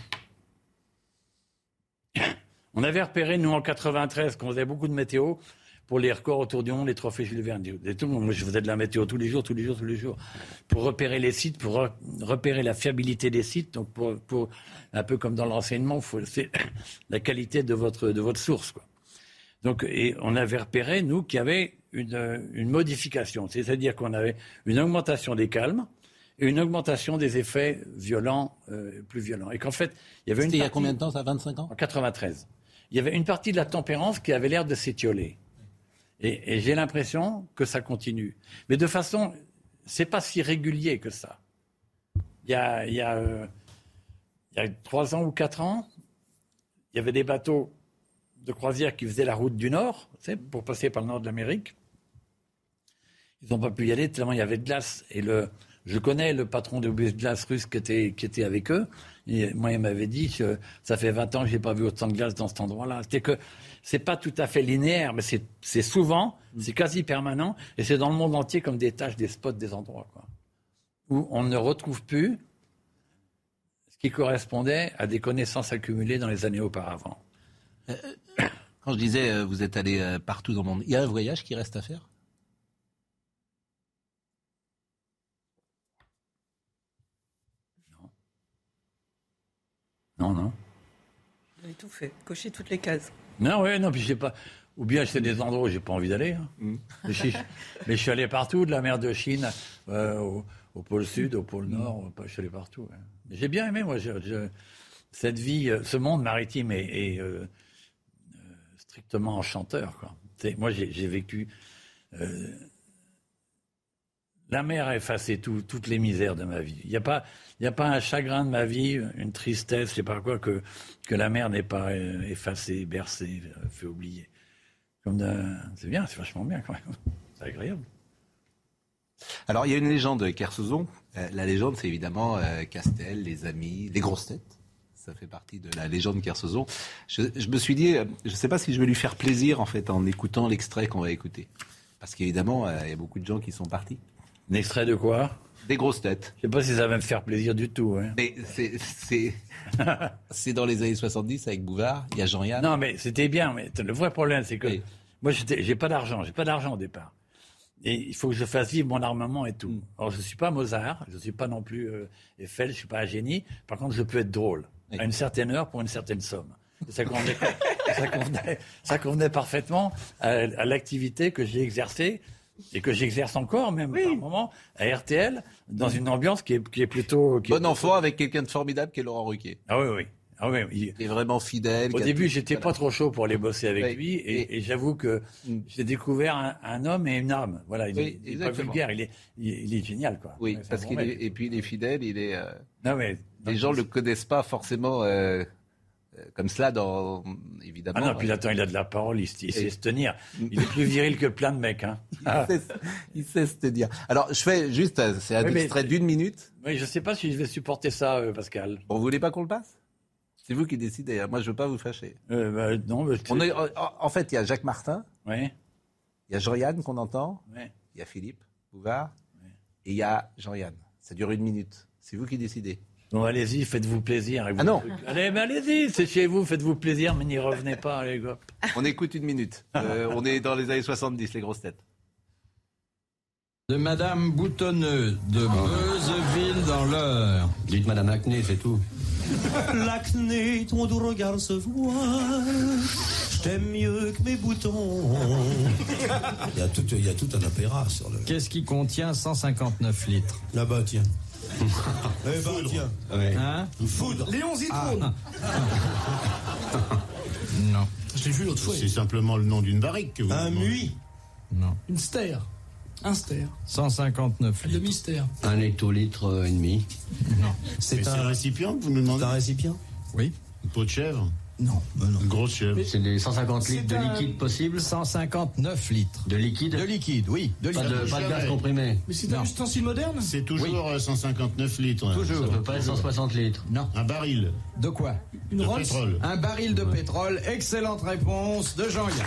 on avait repéré, nous en 93, qu'on faisait beaucoup de météo, pour les records autour du monde, les trophées Jules Verne. Et tout le monde, moi, je faisais de la météo tous les jours, pour repérer les sites, pour repérer la fiabilité des sites. Donc, pour un peu comme dans l'enseignement, c'est la qualité de votre source, quoi. Donc, et on avait repéré, nous, qu'il y avait une modification. C'est-à-dire qu'on avait une augmentation des calmes et une augmentation des effets violents, plus violents. Et qu'en fait, il y avait il y a combien de temps, ça, 25 ans ? En 93. Il y avait une partie de la tempérance qui avait l'air de s'étioler. Et j'ai l'impression que ça continue. Mais de façon, c'est pas si régulier que ça. Il y a 3 ans ou 4 ans, il y avait des bateaux de croisière qui faisaient la route du Nord, pour passer par le nord de l'Amérique. Ils n'ont pas pu y aller tellement il y avait de glace. Et je connais le patron de bus de glace russe qui était avec eux. Et moi, il m'avait dit que ça fait 20 ans que je n'ai pas vu autant de glace dans cet endroit-là. C'était que c'est pas tout à fait linéaire, mais c'est souvent, c'est quasi permanent, et c'est dans le monde entier comme des tâches, des spots, des endroits, quoi, où on ne retrouve plus ce qui correspondait à des connaissances accumulées dans les années auparavant. Quand je disais, vous êtes allé partout dans le monde, il y a un voyage qui reste à faire ? Non. Vous avez tout fait, coché toutes les cases. Non, puis j'ai pas. Ou bien c'est des endroits où j'ai pas envie d'aller. Hein. Mais je suis allé partout, de la mer de Chine au pôle Sud, au pôle Nord. Je suis allé partout. Ouais. J'ai bien aimé, moi, cette vie, ce monde maritime est strictement enchanteur, quoi. Moi, j'ai vécu. La mer a effacé toutes les misères de ma vie. Il n'y a pas un chagrin de ma vie, une tristesse, je sais pas quoi, que la mer n'ait pas effacé, bercé, fait oublier. C'est bien, c'est vachement bien quand même. C'est agréable. Alors, il y a une légende Kersozon. La légende, c'est évidemment Castel, les amis, les grosses têtes. Ça fait partie de la légende Kersozon. Je me suis dit, je ne sais pas si je vais lui faire plaisir, en fait, en écoutant l'extrait qu'on va écouter. Parce qu'évidemment, il y a beaucoup de gens qui sont partis. Un extrait de quoi ? Des grosses têtes. Je ne sais pas si ça va me faire plaisir du tout. Hein. Mais c'est dans les années 70 avec Bouvard, il y a Jean-Yann. Non, mais c'était bien. Mais le vrai problème, c'est que moi, j'ai pas d'argent. J'ai pas d'argent au départ. Et il faut que je fasse vivre mon armement et tout. Alors, je ne suis pas Mozart, je ne suis pas non plus Eiffel, je ne suis pas un génie. Par contre, je peux être drôle à une certaine heure pour une certaine somme. Et ça convenait parfaitement à l'activité que j'ai exercée. Et que j'exerce encore, même par moment, à RTL, dans une ambiance qui est plutôt... Bon enfant avec quelqu'un de formidable qui est Laurent Ruquier. Ah oui. Il est vraiment fidèle. Au début, j'étais pas trop chaud pour aller bosser avec lui, et j'avoue que j'ai découvert un homme et une âme. Voilà, il est pas vulgaire, il est génial, quoi. Oui, parce et puis il est fidèle, les gens le connaissent pas forcément... comme cela, évidemment. Ah non, puis attends, il a de la parole, il sait se tenir. Il est plus viril que plein de mecs. Hein. Il sait se tenir. Alors, je fais juste, c'est un extrait d'1 minute. Oui, je ne sais pas si je vais supporter ça, Pascal. Bon, vous voulez pas qu'on le passe ? C'est vous qui décidez. Moi, je veux pas vous fâcher. Non, en fait, il y a Jacques Martin. Oui. Il y a Jean-Yann qu'on entend. Oui. Il y a Philippe Bouvard. Oui. Et il y a Jean-Yann. Ça dure 1 minute. C'est vous qui décidez. Bon, allez-y, faites-vous plaisir. Ah non. Allez-y, c'est chez vous, faites-vous plaisir, mais n'y revenez pas, allez, go. On écoute 1 minute. On est dans les années 70, les grosses têtes. De Madame Boutonneux, de Beuzeville dans l'Eure. Dites Madame Acné, c'est tout. L'acné, ton doux regard se voit. Je t'aime mieux que mes boutons. Il y a tout un opéra sur le... Qu'est-ce qui contient 159 litres? Là-bas, tiens. Tiens. Ouais. Hein? Une foudre. Léon Zitrone. Non. Je l'ai vu l'autre fois. C'est simplement le nom d'une barrique que vous... Un muit. Non. Une stère. Un stère. 159 litres. Le mystère. 1 hectolitre et demi. Non. C'est un récipient que vous nous demandez? C'est un récipient? Oui. Une peau de chèvre? Non. Une grosse chèvre. Mais c'est les 150 litres de liquide possible? 159 litres. De liquide? De liquide, oui. De liquide. Pas de gaz comprimé? Mais c'est un ustensile moderne? C'est toujours 159 litres. Toujours. Ça peut pas être 160 litres. Non. Un baril? De quoi? De pétrole. Un baril de pétrole. Excellente réponse de Jean-Yann.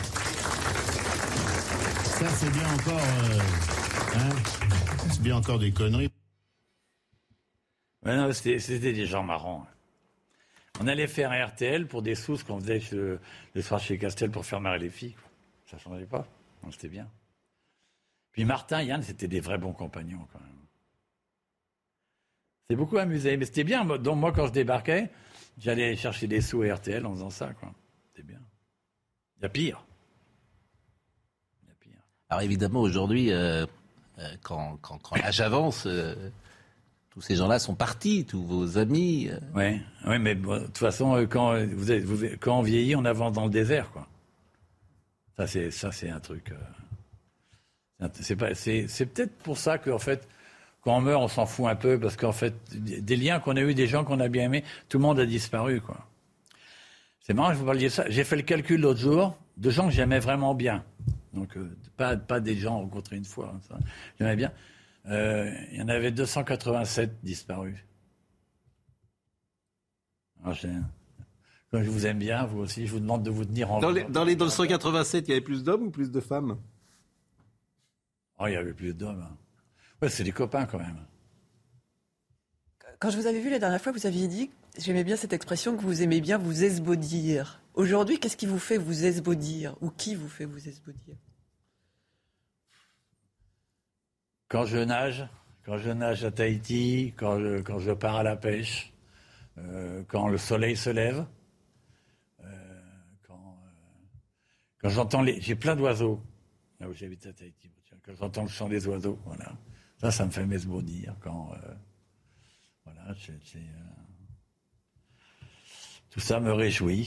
Ça, c'est bien encore... c'est bien encore des conneries. Ouais, non, c'était des gens marrants. On allait faire un RTL pour des sous, ce qu'on faisait le soir chez Castel pour faire marrer les filles. Quoi. Ça changeait pas. Donc, c'était bien. Puis Martin, Yann, c'était des vrais bons compagnons quand même. C'est beaucoup amusé, mais c'était bien. Donc moi, quand je débarquais, j'allais chercher des sous à RTL en faisant ça. Quoi. C'était bien. Il y a pire. Alors évidemment, aujourd'hui, quand l'âge avance, tous ces gens-là sont partis, tous vos amis. Oui, mais bon, de toute façon, quand on vieillit, on avance dans le désert, quoi. Ça, c'est un truc. C'est peut-être pour ça qu'en fait, quand on meurt, on s'en fout un peu, parce qu'en fait, des liens qu'on a eus, des gens qu'on a bien aimés, tout le monde a disparu, quoi. C'est marrant que vous parliez de ça. J'ai fait le calcul l'autre jour de gens que j'aimais vraiment bien. Donc, pas des gens rencontrés une fois. Hein, ça. J'aimais bien. Il y en avait 287 disparus. Alors, comme je vous aime bien, vous aussi, je vous demande de vous tenir en... Dans les 287, il y avait plus d'hommes ou plus de femmes? Oh, il y avait plus d'hommes. Hein. Ouais, c'est des copains quand même. Quand je vous avais vu la dernière fois, vous aviez dit, j'aimais bien cette expression, que vous aimez bien vous esbaudir. Aujourd'hui, qu'est-ce qui vous fait vous esbaudir? Ou qui vous fait vous esbaudir? Quand je nage à Tahiti, quand je pars à la pêche, quand le soleil se lève, quand j'entends j'ai plein d'oiseaux, là où j'habite à Tahiti, quand j'entends le chant des oiseaux, voilà. Ça me fait m'esbaudir. Voilà, tout ça me réjouit.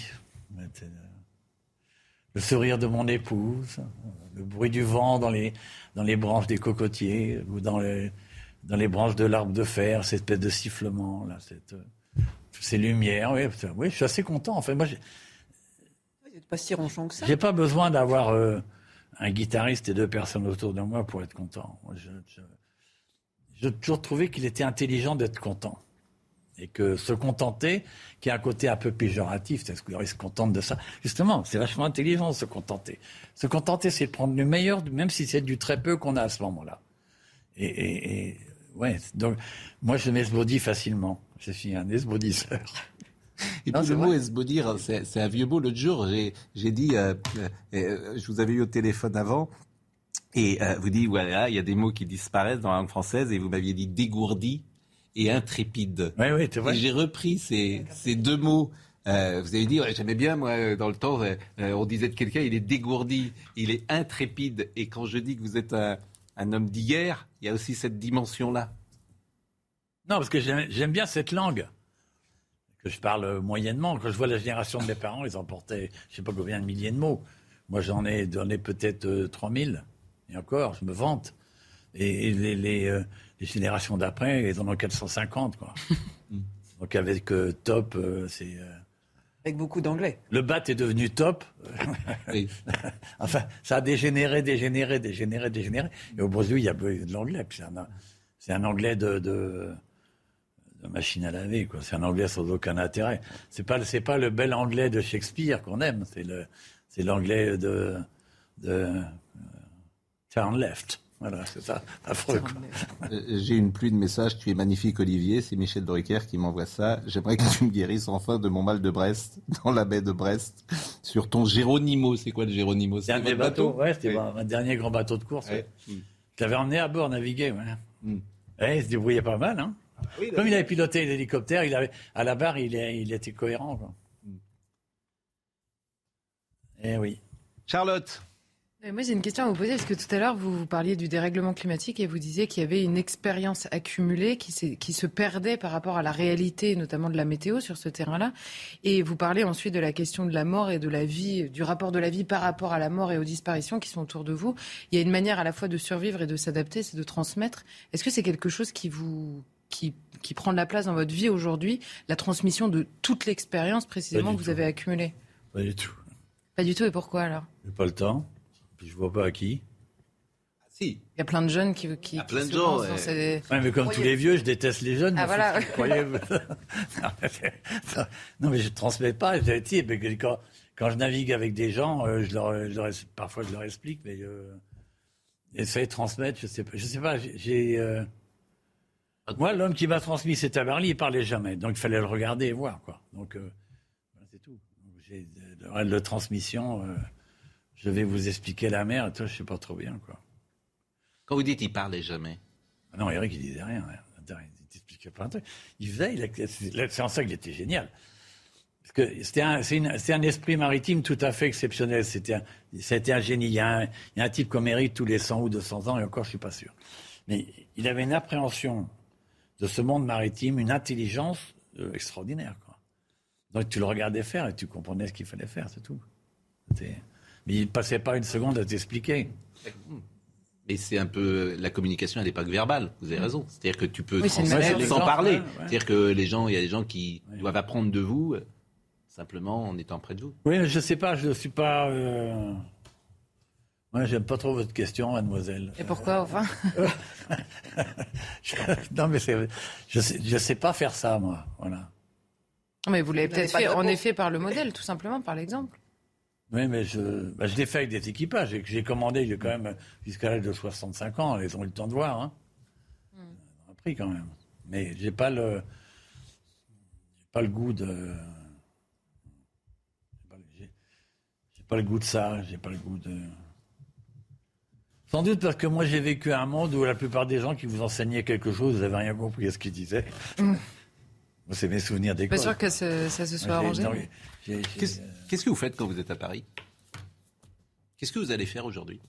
Le sourire de mon épouse, le bruit du vent dans les branches des cocotiers ou dans les branches de l'arbre de fer, cette espèce de sifflement, là, ces lumières. Oui, je suis assez content. En fait, moi, vous n'êtes pas si ronchon que ça. J'ai pas besoin d'avoir un guitariste et 2 personnes autour de moi pour être content. J'ai toujours trouvé qu'il était intelligent d'être content. Et que se contenter, qui a un côté un peu péjoratif, c'est-à-dire qu'il se contente de ça. Justement, c'est vachement intelligent de se contenter. Se contenter, c'est de prendre le meilleur, même si c'est du très peu qu'on a à ce moment-là. Et ouais, donc moi je m'esbaudis facilement. Je suis un esbaudisseur. Et puis le mot esbaudir, c'est un vieux mot. L'autre jour, j'ai dit, je vous avais eu au téléphone avant, et vous dites, voilà, il y a des mots qui disparaissent dans la langue française, et vous m'aviez dit dégourdi et intrépide. Oui, c'est vrai. Et j'ai repris ces 2 mots. Vous avez dit, j'aimais bien, moi, dans le temps, on disait de quelqu'un, il est dégourdi, il est intrépide. Et quand je dis que vous êtes un homme d'hier, il y a aussi cette dimension-là. Non, parce que j'aime bien cette langue, que je parle moyennement. Quand je vois la génération de mes parents, ils en portaient, je ne sais pas combien de milliers de mots. Moi, j'en ai donné peut-être 3000. Et encore, je me vante. Et les générations d'après, ils en ont 450, quoi. Donc avec top, c'est... Avec beaucoup d'anglais. Le bat est devenu top. Oui. Enfin, ça a dégénéré. Et au Brésil, il y a de l'anglais. Puis c'est un anglais de machine à laver, quoi. C'est un anglais sans aucun intérêt. C'est pas le bel anglais de Shakespeare qu'on aime. C'est l'anglais de turn left. Voilà, c'est ça, affreux. J'ai une pluie de messages. Tu es magnifique, Olivier. C'est Michel Drucker qui m'envoie ça. J'aimerais que tu me guérisses enfin de mon mal de Brest, dans la baie de Brest, sur ton Géronimo. C'est quoi le Géronimo? C'est un des bateaux. Ouais, c'était un dernier grand bateau de course. Ouais. Je l'avais emmené à bord naviguer. Ouais. Il se débrouillait pas mal. Hein. Oui, comme il avait piloté l'hélicoptère, à la barre, il était cohérent. Quoi. Eh oui. Charlotte. Moi, j'ai une question à vous poser, parce que tout à l'heure, vous parliez du dérèglement climatique et vous disiez qu'il y avait une expérience accumulée qui se perdait par rapport à la réalité, notamment de la météo sur ce terrain-là. Et vous parlez ensuite de la question de la mort et de la vie, du rapport de la vie par rapport à la mort et aux disparitions qui sont autour de vous. Il y a une manière à la fois de survivre et de s'adapter, c'est de transmettre. Est-ce que c'est quelque chose qui prend de la place dans votre vie aujourd'hui, la transmission de toute l'expérience précisément que vous avez accumulée? Pas du tout. Pas du tout, et pourquoi alors? J'ai pas le temps. Puis je vois pas à qui. Si. Il y a plein de jeunes qui y a plein de gens. Ouais, mais comme tous les vieux, je déteste les jeunes. Ah voilà. Non, mais je ne transmets pas. Quand je navigue avec des gens, parfois je leur explique, mais essayer de transmettre, je sais pas. Moi, l'homme qui m'a transmis cet Tabarly, il parlait jamais, donc il fallait le regarder et voir, quoi. Donc c'est tout. Donc, j'ai de transmission. Je vais vous expliquer la mer, et toi, je sais pas trop bien, quoi. Quand vous dites il parlait jamais. Ah non, Eric, il disait rien. Il t'expliquait pas un truc. C'est en ça qu'il était génial. Parce que c'est un esprit maritime tout à fait exceptionnel. C'était un génie. Il y a un type comme Eric tous les 100 ou 200 ans, et encore, je suis pas sûr. Mais il avait une appréhension de ce monde maritime, une intelligence extraordinaire, quoi. Donc tu le regardais faire et tu comprenais ce qu'il fallait faire, c'est tout. Mais il ne passait pas une seconde à t'expliquer. Mais c'est un peu la communication à l'époque verbale, vous avez raison. C'est-à-dire que tu peux transmettre sans parler. Ouais. C'est-à-dire que il y a des gens qui doivent apprendre de vous simplement en étant près de vous. Oui, mais je ne sais pas, je ne suis pas... Moi, j'aime pas trop votre question, mademoiselle. Et pourquoi, enfin? Non, mais je sais pas faire ça, moi. Voilà. Mais vous l'avez peut-être fait, en effet, par le modèle, tout simplement, par l'exemple. Oui, mais je l'ai fait avec des équipages. J'ai commandé, j'ai quand même, jusqu'à l'âge de 65 ans, ils ont eu le temps de voir. Hein. On a pris quand même. Mais j'ai pas le goût de... J'ai pas le goût de ça, j'ai pas le goût de... Sans doute parce que moi j'ai vécu un monde où la plupart des gens qui vous enseignaient quelque chose, vous n'avez rien compris à ce qu'ils disaient. C'est mes souvenirs d'école. Pas sûr que ça se soit arrangé. Qu'est-ce que vous faites quand vous êtes à Paris? Qu'est-ce que vous allez faire aujourd'hui?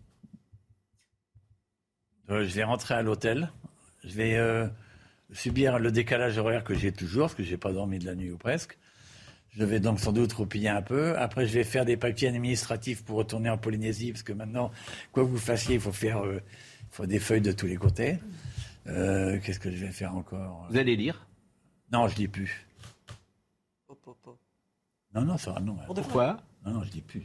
Je vais rentrer à l'hôtel. Je vais subir le décalage horaire que j'ai toujours, parce que je n'ai pas dormi de la nuit ou presque. Je vais donc sans doute roupiller un peu. Après, je vais faire des papiers administratifs pour retourner en Polynésie, parce que maintenant, quoi que vous fassiez, il faut des feuilles de tous les côtés. Qu'est-ce que je vais faire encore? Vous allez lire? Non, je lis plus. Non, ça va, non. Pourquoi? Non, je lis plus.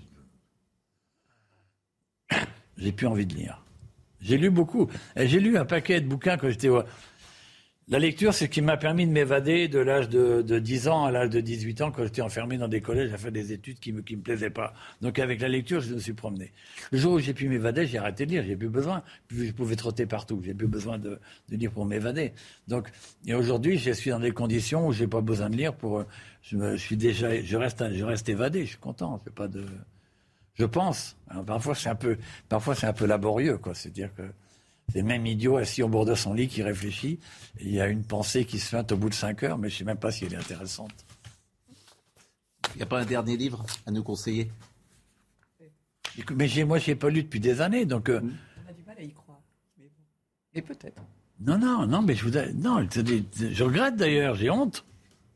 J'ai plus envie de lire. J'ai lu beaucoup. J'ai lu un paquet de bouquins quand j'étais... La lecture, c'est ce qui m'a permis de m'évader de l'âge de 10 ans à l'âge de 18 ans, quand j'étais enfermé dans des collèges à faire des études qui me plaisaient pas. Donc avec la lecture, je me suis promené. Le jour où j'ai pu m'évader, j'ai arrêté de lire, j'ai plus besoin. Je pouvais trotter partout, j'ai plus besoin de lire pour m'évader. Donc, et aujourd'hui, je suis dans des conditions où j'ai pas besoin de lire pour... Je reste évadé, je suis content. C'est pas de... Je pense. Alors, parfois, c'est un peu laborieux, quoi. C'est-à-dire que c'est le même idiot assis au bord de son lit qui réfléchit. Et il y a une pensée qui se feinte au bout de 5 heures, mais je ne sais même pas si elle est intéressante. Il n'y a pas un dernier livre à nous conseiller? Mais moi, je n'ai pas lu depuis des années. Donc, on a du mal à y croire. Mais peut-être. Non, mais je regrette d'ailleurs, j'ai honte.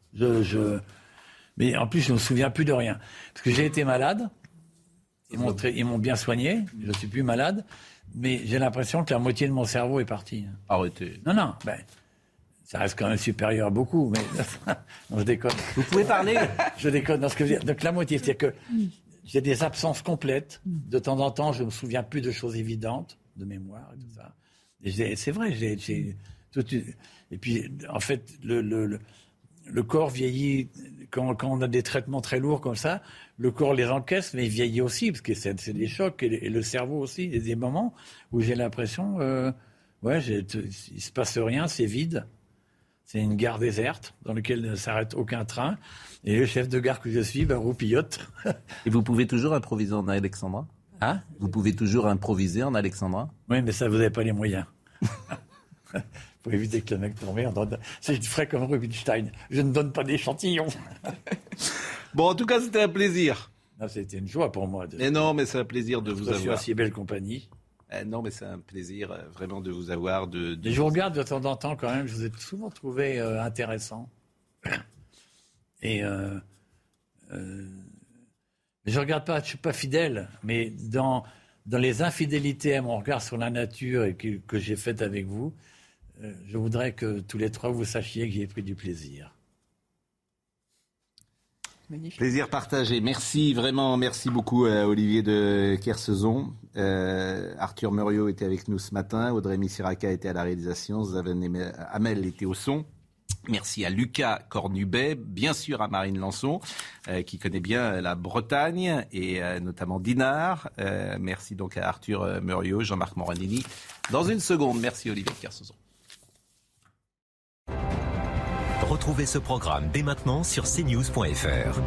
Mais en plus, je ne me souviens plus de rien. Parce que j'ai été malade. Ils m'ont bien soigné. Je ne suis plus malade. Mais j'ai l'impression que la moitié de mon cerveau est partie. Arrêtez. Non, ça reste quand même supérieur à beaucoup. Mais non, je déconne. Vous pouvez parler? Je déconne dans ce que je veux dire. Donc la moitié, c'est-à-dire que j'ai des absences complètes. De temps en temps, je ne me souviens plus de choses évidentes, de mémoire et tout ça. Et c'est vrai, et puis, en fait, le corps vieillit quand on a des traitements très lourds comme ça. Le corps les encaisse, mais il vieillit aussi, parce que c'est des chocs, et le cerveau aussi. Il y a des moments où j'ai l'impression, il se passe rien, c'est vide. C'est une gare déserte dans laquelle ne s'arrête aucun train. Et le chef de gare que je suis, roupillote. Et vous pouvez toujours improviser en alexandrin? Hein? Vous pouvez toujours improviser en alexandrin? Oui, mais ça, vous n'avez pas les moyens. Pour éviter que le mec t'emmerde. C'est frais comme Rubinstein. Je ne donne pas d'échantillons. Bon, en tout cas, c'était un plaisir. Non, c'était une joie pour moi. Mais non, mais c'est un plaisir de vous avoir. Si belle compagnie. Non, mais c'est un plaisir vraiment de vous avoir. Mais je vous regarde de temps en temps quand même. Je vous ai souvent trouvé intéressant. Et mais je regarde pas. Je suis pas fidèle. Mais dans les infidélités à mon regard sur la nature et que j'ai faites avec vous, je voudrais que tous les trois vous sachiez que j'y ai pris du plaisir. Magnifique. Plaisir partagé. Merci, vraiment, merci beaucoup à Olivier de Kersauzon. Arthur Muriot était avec nous ce matin. Audrey Missiraka était à la réalisation. Zaven Hamel était au son. Merci à Lucas Cornubet, bien sûr à Marine Lançon, qui connaît bien la Bretagne et notamment Dinard. Merci donc à Arthur Muriot, Jean-Marc Morandini. Dans une seconde, merci Olivier de Kersauzon. Retrouvez ce programme dès maintenant sur cnews.fr.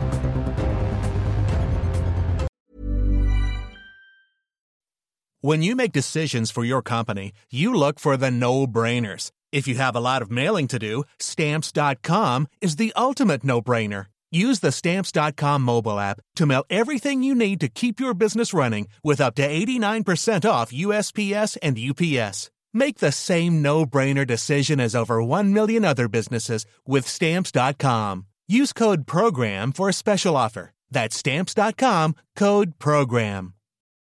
When you make decisions for your company, you look for the no-brainers. If you have a lot of mailing to do, Stamps.com is the ultimate no-brainer. Use the Stamps.com mobile app to mail everything you need to keep your business running with up to 89% off USPS and UPS. Make the same no-brainer decision as over 1 million other businesses with Stamps.com. Use code PROGRAM for a special offer. That's Stamps.com, code PROGRAM.